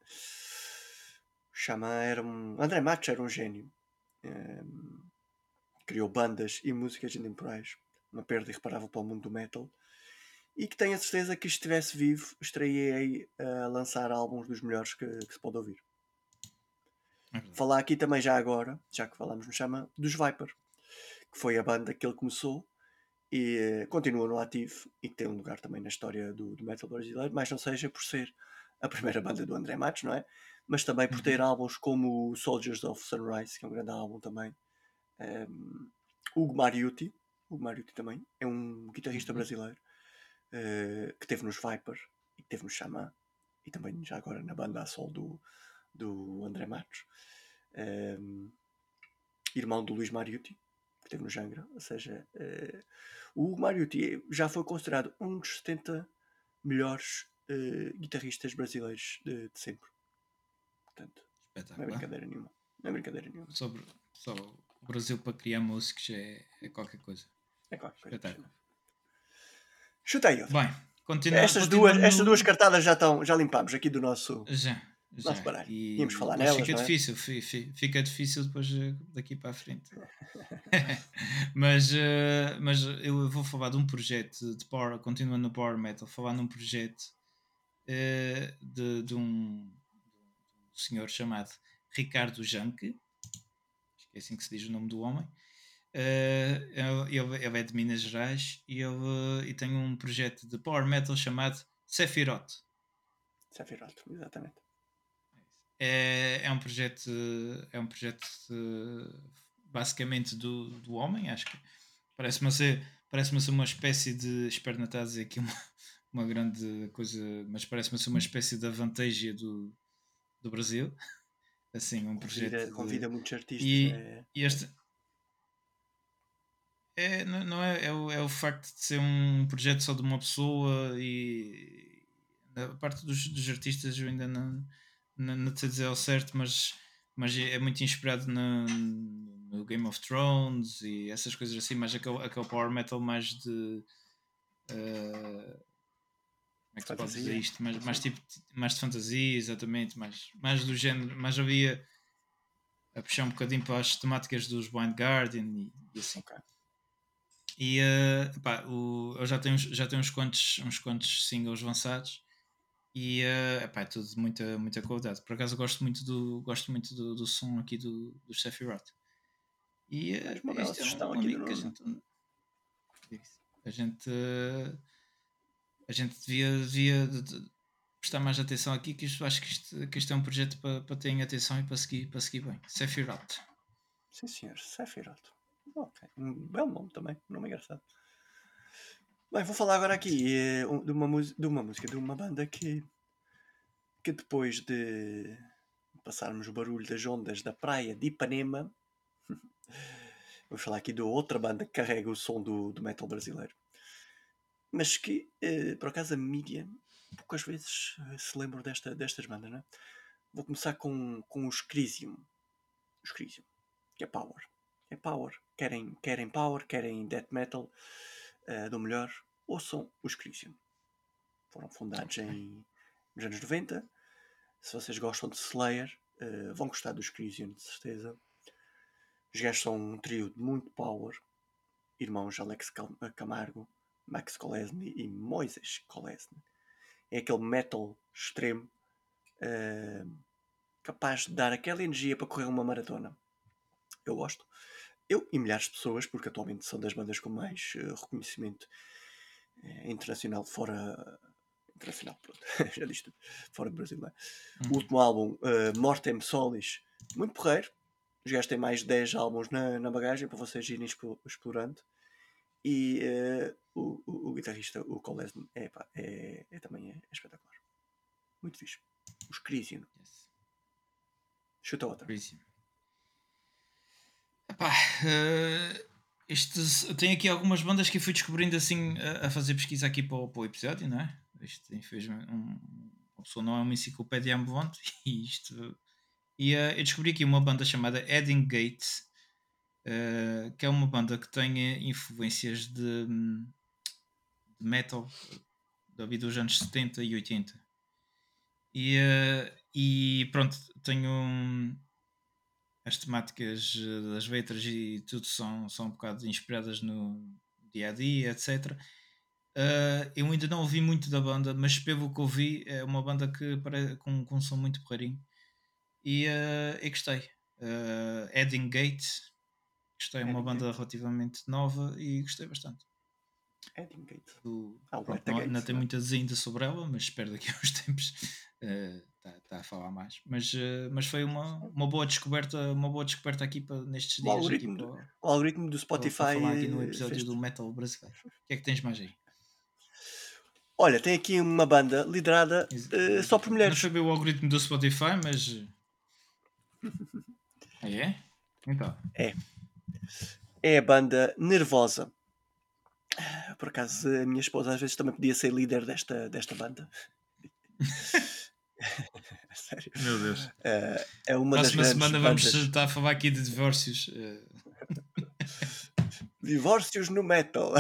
Xamã era um. André Matos era um gênio. É, criou bandas e músicas intemporais. Uma perda irreparável para o mundo do metal. E que tenho a certeza que estivesse vivo, estaria a lançar álbuns dos melhores que, que se pode ouvir. É verdade. Falar aqui também já agora, já que falamos no Xamã, dos Viper, que foi a banda que ele começou e continua no ativo e que tem um lugar também na história do, do metal brasileiro, mas não seja por ser a primeira banda do André Matos, não é? Mas também por ter Uhum. álbuns como o Soldiers of Sunrise, que é um grande álbum também. Um, Hugo Mariucci, Hugo Mariucci também é um guitarrista Uhum. brasileiro uh, que teve nos Viper e que teve no Xamã e também já agora na banda a sol do, do André Matos. Um, irmão do Luís Mariucci, que teve no Jangra, ou seja, uh, o Hugo Mariucci já foi considerado um dos setenta melhores uh, guitarristas brasileiros de, de sempre. Portanto, não é brincadeira nenhuma. Não é brincadeira nenhuma. Sobre, só o Brasil para criar músicos é, é qualquer coisa. É qualquer coisa. Espetáculo. Chuta aí outra. Bem, continua, estas, continua duas, no... estas duas cartadas já, estão, já limpámos aqui do nosso, já, já. nosso baralho. E íamos falar nelas, fica não é? difícil, fica difícil depois daqui para a frente. mas, uh, mas eu vou falar de um projeto de power, continuando no Power Metal, falar num projeto uh, de, de, um, de um senhor chamado Ricardo Janke, acho que é assim que se diz o nome do homem. Uh, ele, ele é de Minas Gerais e ele e tem um projeto de Power Metal chamado Sephiroth. Sephiroth, exatamente. É, é um projeto, é um projeto basicamente do, do homem, acho que parece-me ser, parece-me ser uma espécie de, espero não estar a dizer aqui uma, uma grande coisa, mas parece-me ser uma espécie de Avantasia do, do Brasil, assim, um convida, projeto de, convida muitos artistas. e, é, e este é, não, não é, é, o, é o facto de ser um projeto só de uma pessoa e a parte dos, dos artistas eu ainda não, não, não sei dizer ao certo, mas, mas é muito inspirado no, no Game of Thrones e essas coisas assim, mas aquele, aquele power metal mais de uh, como é que se pode dizer isto? Mais, mais, tipo, mais de fantasia, exatamente, mais, mais do género, mais havia a puxar um bocadinho para as temáticas dos Blind Guardian e, e assim. Okay. E uh, pá, o, eu já tenho, já tenho uns, quantos, uns quantos singles lançados e uh, epá, é tudo de muita, muita qualidade. Por acaso eu gosto muito do, gosto muito do, do som aqui do, do Sephiroth. E uh, uma bela isto é um, um aqui amigo que a gente. A gente, a gente devia, devia de, de prestar mais atenção aqui, que isto, acho que isto, que isto é um projeto para, para terem atenção e para seguir, para seguir bem. Sephiroth. Sim, senhor, Sephiroth. Ok, um belo nome também, um nome engraçado. Bem, vou falar agora aqui uh, de, uma de uma música, de uma banda que, que depois de passarmos o barulho das ondas da praia de Ipanema, vamos falar aqui de outra banda que carrega o som do, do metal brasileiro. Mas que, uh, por acaso, a mídia poucas vezes uh, se lembram desta, destas bandas, não é? Vou começar com, com os Crisium. Os Crisium, que é Power. É Power. Querem, querem Power, querem Death Metal uh, do melhor. Ouçam os Crisium. Foram fundados okay. em, nos anos noventa. Se vocês gostam de Slayer, uh, vão gostar dos Crisium, de certeza. Os gajos são um trio de muito power. Irmãos Alex Camargo, Max Kolesny e Moises Kolesny. É aquele metal extremo uh, capaz de dar aquela energia para correr uma maratona. Eu gosto. Eu e milhares de pessoas, porque atualmente são das bandas com mais uh, reconhecimento uh, internacional fora... Internacional, pronto. Já disse tudo. Fora do Brasil, não é? Uhum. O último álbum, uh, Mortem Solis, muito porreiro. Os gajos têm mais de dez álbuns na, na bagagem para vocês irem explorando. E uh, o, o, o guitarrista, o Kolesny, é, é, é, também é, é espetacular. Muito fixe. Os Crisium. Yes. Chuta outra. Crisium. Epá, uh, isto, tem aqui algumas bandas que eu fui descobrindo assim a, a fazer pesquisa aqui para o, para o episódio, não é? Isto, infelizmente, um, uma pessoa não é uma enciclopédia ambulante e isto... E uh, eu descobri aqui uma banda chamada Heading Gate, uh, que é uma banda que tem influências de, de metal da vida dos anos setenta e oitenta. E, uh, e pronto, tenho as temáticas das letras e tudo são, são um bocado inspiradas no dia a dia, etcétera. Uh, eu ainda não ouvi muito da banda, mas pelo que ouvi, é uma banda que parece com, com um som muito porreirinho. E uh, eu gostei. Uh, Heading Gate, gostei, é uma banda Gate. Relativamente nova e gostei bastante. Heading Gate. Do, ah, pronto, não, Gates, não tem muita ainda sobre ela, mas espero daqui a uns tempos está uh, tá a falar mais. Mas, uh, mas foi uma, uma boa descoberta, uma boa descoberta aqui para, nestes o dias. Algoritmo aqui do, para, o algoritmo do Spotify. Para, para falar aqui no episódio fez-te. Do Metal brasileiro. O que é que tens mais aí? Olha, tem aqui uma banda liderada uh, só por mulheres. Não sabia o algoritmo do Spotify, mas. Ah, é? Então. É. É a banda Nervosa. Por acaso, a minha esposa às vezes também podia ser líder desta, desta banda. Sério. Meu Deus. Eh, é uma das Próxima grandes semana vamos bandas. estar a falar aqui de divórcios. eh. Divórcios no metal.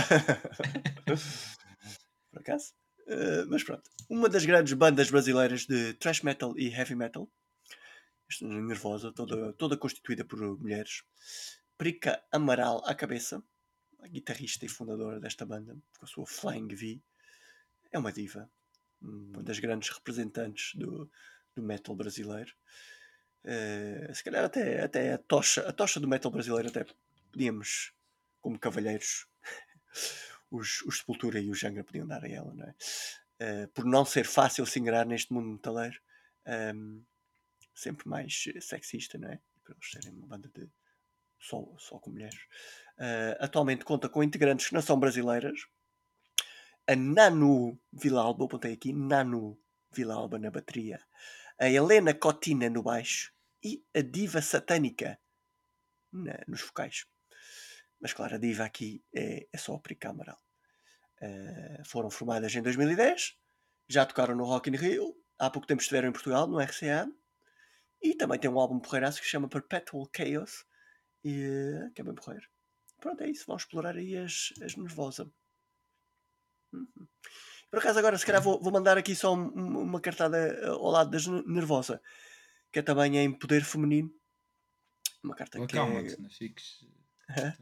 Por acaso. Eh, mas pronto. Uma das grandes bandas brasileiras de thrash metal e heavy metal. Esta nervosa, toda, toda constituída por mulheres. Prica Amaral à cabeça. A guitarrista e fundadora desta banda. Com a sua Flying V. É uma diva. Uma das grandes representantes do, do metal brasileiro. Uh, se calhar até, até a, tocha, a tocha do metal brasileiro até podíamos, como cavalheiros, os, os Sepultura e o Jangra podiam dar a ela, não é? Uh, por não ser fácil se ingrar neste mundo metaleiro, um, sempre mais sexista, não é? Para eles serem uma banda de só, só com mulheres. Uh, atualmente conta com integrantes que não são brasileiras. A Nanu Vilalba, apontei aqui, Nanu Vilalba na bateria. A Helena Cotina no baixo e a Diva Satânica na, nos vocais. Mas claro, a Diva aqui é, é só a Prica Amaral. Uh, foram formadas em dois mil e dez, já tocaram no Rock in Rio, há pouco tempo estiveram em Portugal, no R C A, e também tem um álbum porreiraço que se chama Perpetual Chaos, e, que é bem porreiro. Pronto, é isso, vão explorar aí as, as Nervosa. Uhum. Por acaso agora se calhar vou, vou mandar aqui só um, uma cartada ao lado das Nervosa, que é também em poder feminino. Uma carta que Acalma-te, é... não fiques. Hã?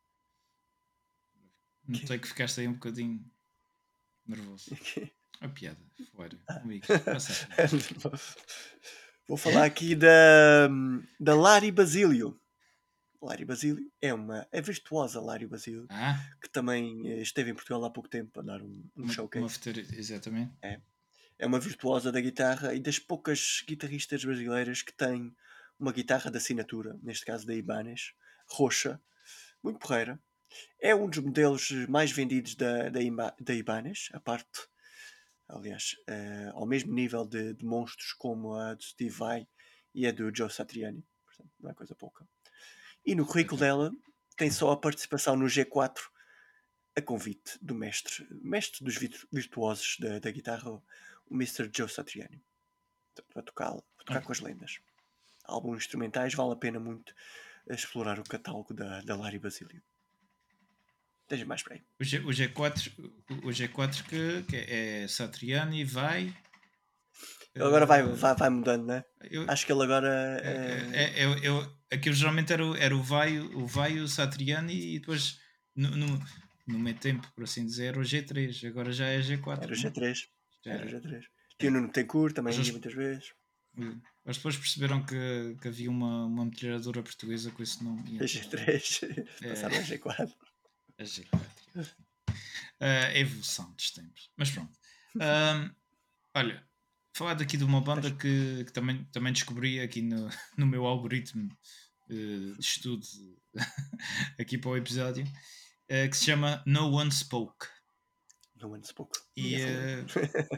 Notei que ficaste aí um bocadinho nervoso. A piada, fora. Ah. Amigos, passa. Vou falar aqui da, da Lari Basílio. Lari Basílio é uma é virtuosa Lari Basílio, Ah, que também eh, esteve em Portugal há pouco tempo a dar um, um uma, uma showcase. futura, exatamente. É. É uma virtuosa da guitarra e das poucas guitarristas brasileiras que têm uma guitarra de assinatura, neste caso da Ibanez, roxa, muito porreira. É um dos modelos mais vendidos da, da, Ima- da Ibanez, a parte, aliás, eh, ao mesmo nível de, de monstros como a do Steve Vai e a do Joe Satriani. Portanto, não é coisa pouca. E no currículo dela tem só a participação no G quatro a convite do mestre, mestre dos virtu- virtuosos da, da guitarra, o mister Joe Satriani. Portanto, para tocar, para tocar Ok. com as lendas. Álbuns instrumentais, vale a pena muito explorar o catálogo da, da Lari Basílio. Esteja mais para aí. O, G, o G quatro, o G quatro que, que é Satriani, vai. Ele agora vai, eh, vai, vai mudando, né? eu, Acho que ele agora. é, eh, é, eu, eu, aquilo geralmente era, o- era o vai, o vai, o Satriani e depois no, no, no meio tempo, por assim dizer, era o G três. Agora já é G quatro, era o não? G três. Já, Era o G três. Tinha é. o Nuno Tencourt, também Mas ia eles, muitas vezes. eles depois perceberam que, que havia uma, uma metralhadora portuguesa com esse nome e A então G três. é, Passaram a G quatro. a G quatro. É a evolução dos tempos. Mas pronto. Ahm, olha, falar daqui de uma banda Mas, que, que também, também descobri aqui no, no meu algoritmo eh, de estudo aqui para o episódio, eh, que se chama No One Spoke. no ano pouco. Ninguém E falou. eh,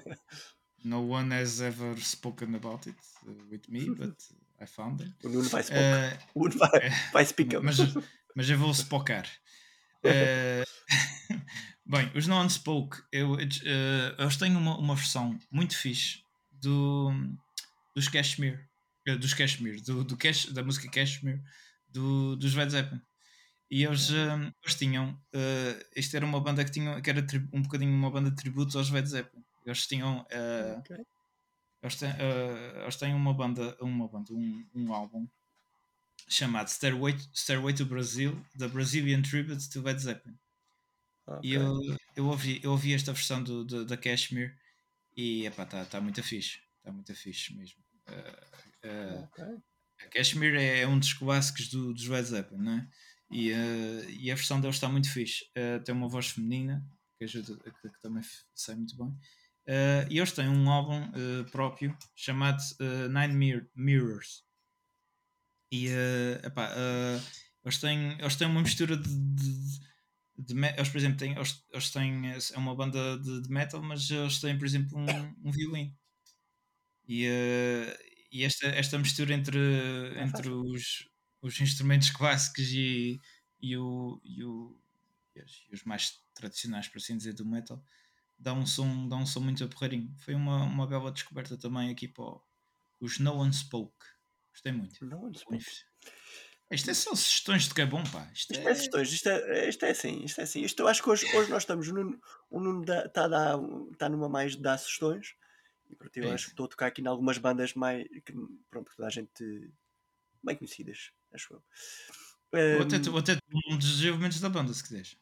no one has ever spoken about it uh, with me, but I found them. O Nuno vai spoke. Eh, O Nuno vai, eh, vai speak up. mas, mas eu vou spocar. Eh, bem, os Non-Spoke, eu, eh, eles têm uma, uma versão muito fixe do, dos Kashmir, eh, dos Kashmir, do, do Cash, da música Kashmir, do, dos Led Zeppelin. E eles, eh, eles tinham, eh, isto era uma banda que, tinham, que era tri- um bocadinho uma banda de tributo aos Led Zeppelin. Eles tinham, eh, Ok. eles, têm, eh, eles têm uma banda, uma banda um, um álbum chamado Stairway, Stairway to Brazil, The Brazilian Tribute to Led Zeppelin. E Ok. eu, eu, ouvi, eu ouvi esta versão do, do- da Kashmir e está tá tá muito fixe. Está muito fixe mesmo. Uh, uh, Ok. a Kashmir é, é um dos clássicos do, dos Led Zeppelin, não é? E, uh, e a versão deles está muito fixe. Uh, tem uma voz feminina, que ajuda, que, que também sai muito bem. Uh, e eles têm um álbum uh, próprio chamado uh, Nine Mir- Mirrors. E uh, epá, uh, eles, têm, eles têm uma mistura de, de, de me- eles, por exemplo, têm, eles, eles têm é uma banda de, de metal, mas eles têm, por exemplo, um, um violino. E, uh, e esta, esta mistura entre, Não é entre fácil. os, os instrumentos clássicos e, e, o, e, o, e os, e os mais tradicionais, por assim dizer, do metal, dá um som, dá um som muito aporreirinho. Foi uma, uma bela descoberta também aqui para o- os No One Spoke. Gostei muito. Não, não se pouco. Isto é só sugestões de que é bom, pá. Isto Isto é é. sugestões, isto é, isto é assim, isto é assim. Isto eu acho que hoje, hoje nós estamos, o Nuno, o Nuno está a dar, tá numa mais de dar sugestões. E pronto, eu É acho que isso. estou a tocar aqui em algumas bandas mais, que, pronto, que toda a gente, bem conhecidas, acho eu. Eu até, te- Ahm, eu até te dou um dos desenvolvimentos da banda, se quiseres.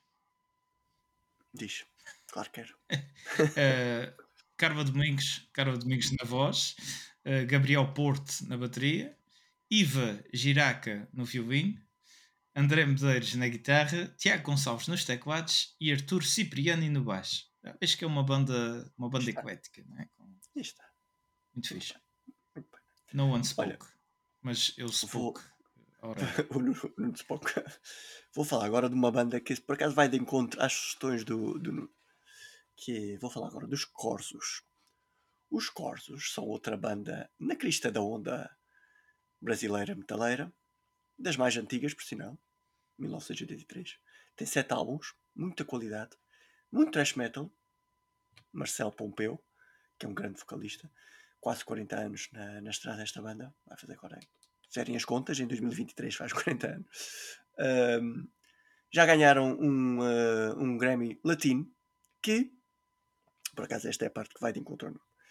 diz, claro que quero. Eh, Carva Domingos, Carva Domingos na voz, eh, Gabriel Porto na bateria, Iva Giraca no violino, André Medeiros na guitarra, Tiago Gonçalves nos teclados e Artur Cipriani no baixo. Ah, acho que é uma banda, uma banda Está, eclética, não é? Com- está, muito muito fixe. bem, muito bem. No one Olha, spoke, mas eu spoke vou, a orelha. o Nuno, o Nuno Spock. Vou falar agora de uma banda que por acaso vai de encontro às sugestões do, do Nuno, que é, vou falar agora dos Corsos. Os Corsos são outra banda na crista da onda brasileira metaleira, das mais antigas, por sinal, mil novecentos e oitenta e três. Tem sete álbuns, muita qualidade, muito thrash metal. Marcelo Pompeu, que é um grande vocalista, quase quarenta anos na, na estrada desta banda, vai fazer agora, fizerem as contas, em dois mil e vinte e três faz quarenta anos. Um, já ganharam um, uh, um Grammy Latino, que, por acaso esta é a parte que vai de encontro,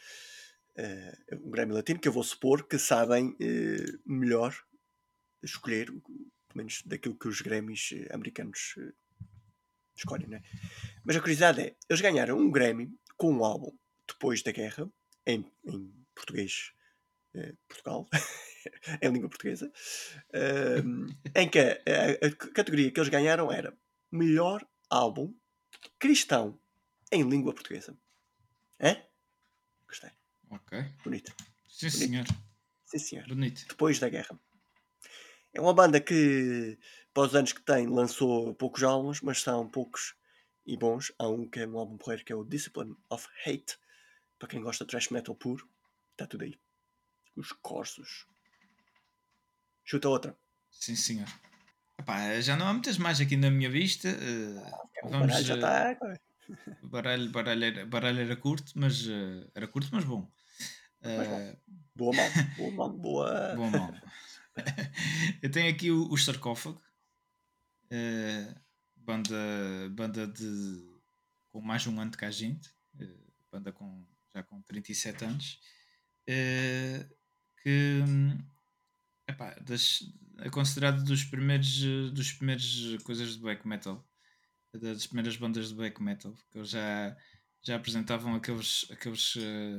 uh, um Grammy Latino, que eu vou supor que sabem uh, melhor escolher, pelo menos daquilo que os Grammys americanos uh, escolhem, né? Mas a curiosidade é, eles ganharam um Grammy com um álbum depois da guerra, em, em português, eh, Portugal, em língua portuguesa, eh, em que a, a, a categoria que eles ganharam era melhor álbum cristão em língua portuguesa. Hã? Gostei. Ok. Bonito. Sim, Bonito. senhor. Sim, senhor. Bonito. Depois da guerra. É uma banda que, para os anos que tem, lançou poucos álbuns, mas são poucos e bons. Há um que é um álbum porreiro que é o Discipline of Hate. Para quem gosta de thrash metal puro, está tudo aí. Os Corsos. Chuta outra. Sim, senhor. Epá, já não há muitas mais aqui na minha vista. eh, É, o vamos. baralho já eh, está. baralho, baralho, era, baralho era curto, mas eh, era curto, mas bom. Mas bom. Eh, Boa mão. Boa mão. Boa. bom mal. Eu tenho aqui o, o Sarcófago, eh, banda, banda de com mais de um ano de cá gente, eh, banda com, já com trinta e sete anos, eh, que hum, epá, das- é considerado dos primeiros, eh, dos primeiros coisas de black metal, das primeiras bandas de black metal, que eles já, já apresentavam aqueles, aqueles eh,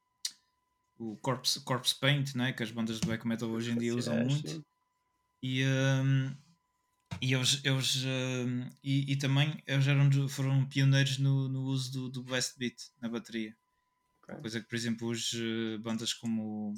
o corpse, corpse paint, não é? Que as bandas de black metal Os hoje em dia usam faciais, muito. sim. E, hum, e eles, eles hum, e, e também eles eram, do- foram pioneiros no, no uso do, do blast beat na bateria. Uma Ok. coisa que, por exemplo, os eh, bandas como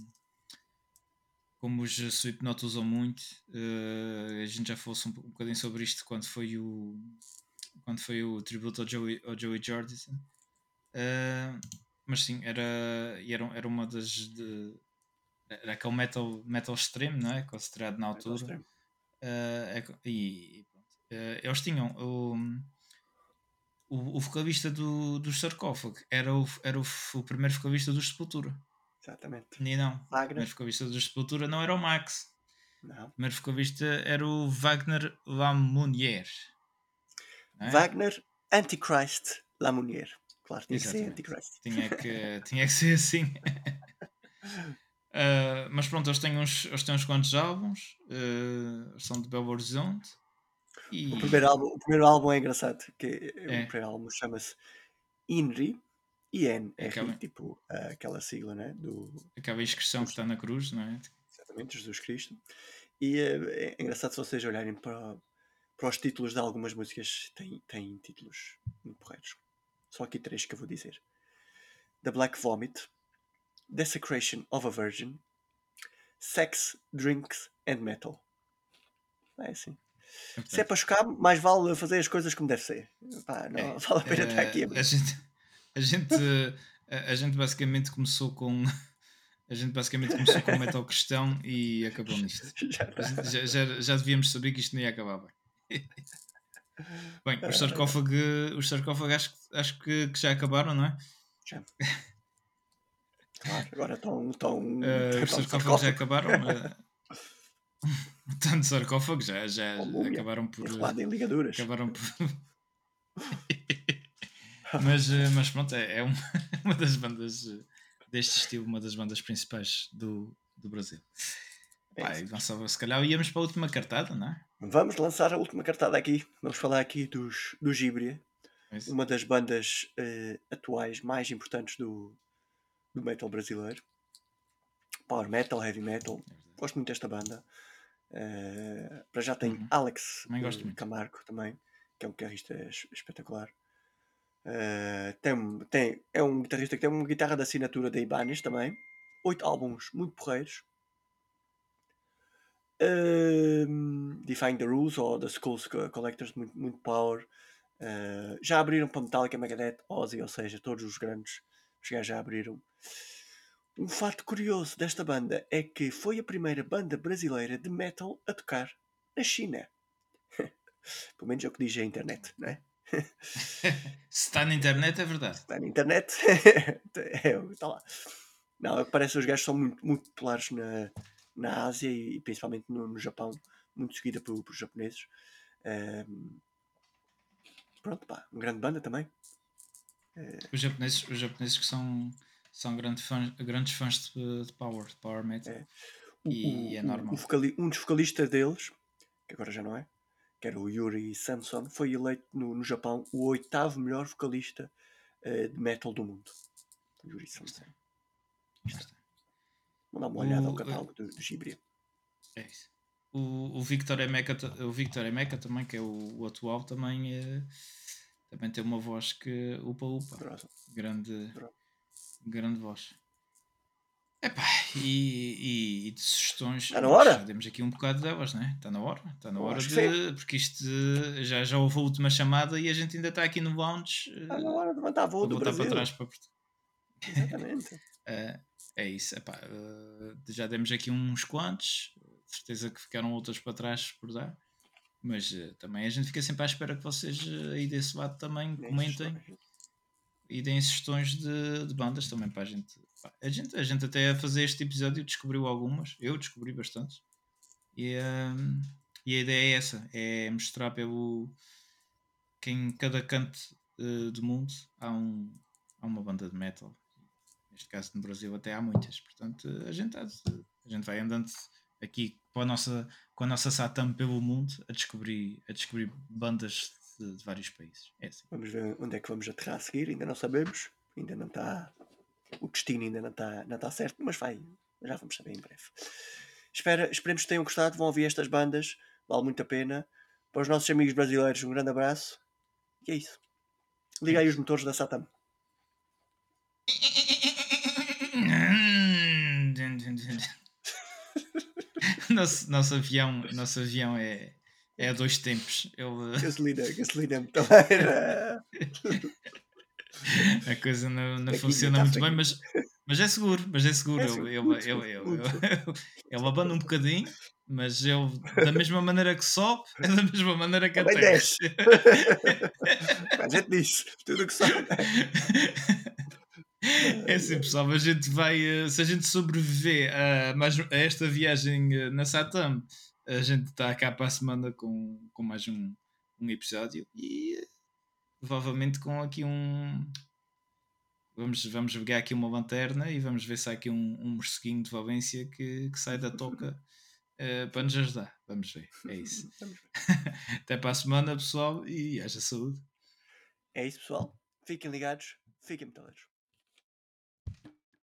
como os Slipknot usam muito, eh, a gente já falou um, um bocadinho sobre isto quando foi o quando foi o tributo ao Joey, ao Joey Jordison. Eh, mas sim, era, e era, era uma das de, era aquele metal, metal extremo, não é? Considerado na Metal altura. extremo. Eh, é co- e, e pronto. Eh, eles tinham o, o, o vocalista do, do Sarcófago, era, o, era o, o primeiro vocalista do Sepultura. Exatamente. E não, o Wagner? primeiro vocalista do Sepultura não era o Max. Não. O primeiro vocalista era o Wagner Lamounier, não é? Wagner, Antichrist, Lamounier. Claro, tinha que ser Exatamente. Antichrist. Tinha que, tinha que ser assim. Uh, mas pronto, eles têm uns, eles têm uns quantos álbuns, uh, são de Belo Horizonte O primeiro e álbum, o primeiro álbum é engraçado, que o é, primeiro álbum chama-se INRI, I N é R I, aquela, tipo aquela sigla, né? Do, aquela inscrição que dos, está na cruz, não é? exatamente, Jesus Cristo. E eh, é engraçado se vocês olharem para, para os títulos de algumas músicas, tem, tem títulos muito porreiros. Só aqui três que eu vou dizer: The Black Vomit, Desecration of a Virgin, Sex, Drinks and Metal. É assim. Se é Ok. para chocar, mais vale fazer as coisas como deve ser. Pá, não É, vale a pena estar aqui a uh, a gente, a gente, a, a gente basicamente começou com a gente basicamente começou com metal cristão e acabou nisto. já A gente está. já, já, já devíamos saber que isto não ia acabar bem. Bem, os Ah, sarcófagos, os sarcófagos acho, que- acho que, que já acabaram, não é? já, claro, agora estão, estão, Eh, os estão de sarcófagos já sarcófago. acabaram. eh, tanto sarcófagos já, já, Ou já múmia, acabaram por. eh, enrolado em ligaduras. acabaram por. mas, eh, mas pronto, é, é uma, uma das bandas eh, deste estilo, uma das bandas principais do, do Brasil. É Pá, isso e mesmo. lançava, se calhar íamos para a última cartada, não é? Vamos lançar a última cartada aqui. Vamos falar aqui dos, do Gíbria, É isso. uma das bandas eh, atuais mais importantes do, do metal brasileiro. Power metal, heavy metal. É verdade. Gosto muito desta banda. Eh, para já tem Uhum. Alex Também gosto eh, muito. Camargo também, que é um guitarrista es- espetacular. Eh, tem, um- tem, é um guitarrista que tem uma guitarra de assinatura da Ibanez também. Oito álbuns muito porreiros. Um, Defying the Rules ou The Skulls Collectors, muito, muito power. Uh, já abriram para Metallica, Megadeth, Ozzy, ou seja, todos os grandes os gajos já abriram. Um fato curioso desta banda é que foi a primeira banda brasileira de metal a tocar na China. Pelo menos é o que diz a internet, não é? Se está na internet é verdade. Está na internet, está lá. Não, é que parece que os gajos são muito, muito populares na, na Ásia e, principalmente no, no Japão, muito seguida por, por japoneses. Um, pronto, pá, uma grande banda também. Os japoneses, os japoneses que são, são grandes fãs, grandes fãs de, de power, de power metal. É. O, E é o, o, normal. vocali, um dos vocalistas deles, que agora já não é, que era o Yuri Samson, foi eleito no, no Japão o oitavo melhor vocalista uh, de metal do mundo. O Yuri Lá está. Samson. Lá Está. está. Vamos dar uma olhada ao O, eh, catálogo do, do Gibria. é isso. O, o Victor Emeka, ta- o Victor Emeka também, que é o, o atual, também, eh, também tem uma voz que upa upa. Poderosa. Grande, Poderosa. grande voz. Epá, e, e, e de sugestões, Está na nós já hora? demos aqui um bocado delas, né? Está na hora, está na Eu hora acho que sim. de. Porque isto eh, já, já houve a última chamada e a gente ainda está aqui no lounge Está na eh, hora de levantar voo para do voltar para Brasil. trás para Portugal. Exatamente. Eh, é isso, epá, eh, já demos aqui uns quantos, de certeza que ficaram outros para trás por dar, mas eh, também a gente fica sempre à espera que vocês eh, aí desse lado também Nem comentem sugestões. e deem sugestões de, de bandas também para a gente. Pá, a gente. A gente até a fazer este episódio descobriu algumas, eu descobri bastantes, e, ehm, e a ideia é essa, é mostrar pelo que em cada canto eh, do mundo há, um, há uma banda de metal. Neste caso no Brasil até há muitas, portanto a gente, há de- a gente vai andando aqui com a nossa, com a nossa Satam pelo mundo a descobrir, a descobrir bandas de, de vários países. É assim. Vamos ver onde é que vamos aterrar a seguir. Ainda não sabemos. Ainda não está. O destino ainda não está, não está certo, mas vai. Já vamos saber em breve. Espera, esperemos que tenham gostado. Vão ouvir estas bandas. Vale muito a pena. Para os nossos amigos brasileiros, um grande abraço. E é isso. É Liga aí os isso. motores da Satam. nosso, nosso avião, nosso avião é, é a dois tempos. Ele, Gasolina, gasolina também. a coisa não, não Fraquinha, funciona está muito bem, fraquinha. mas, mas é seguro, mas é É seguro. seguro, Ele, muito ele, seguro, ele, ele, muito seguro. ele, ele abana um bocadinho, mas ele, da mesma maneira que sobe, é da mesma maneira que Também aterra. desce. A gente diz, tudo o que sabe. É assim, pessoal, a gente vai, eh, se a gente sobreviver a, mais, a esta viagem eh, na Satam, a gente está cá para a semana com, com mais um, um episódio e eh, provavelmente com aqui um. Vamos, vamos pegar aqui uma lanterna e vamos ver se há aqui um, um morceguinho de Valência que, que sai da toca eh, para nos ajudar. Vamos ver, é isso. Vamos ver. Até para a semana, pessoal, e haja saúde. É isso, pessoal. Fiquem ligados, fiquem metaleiros.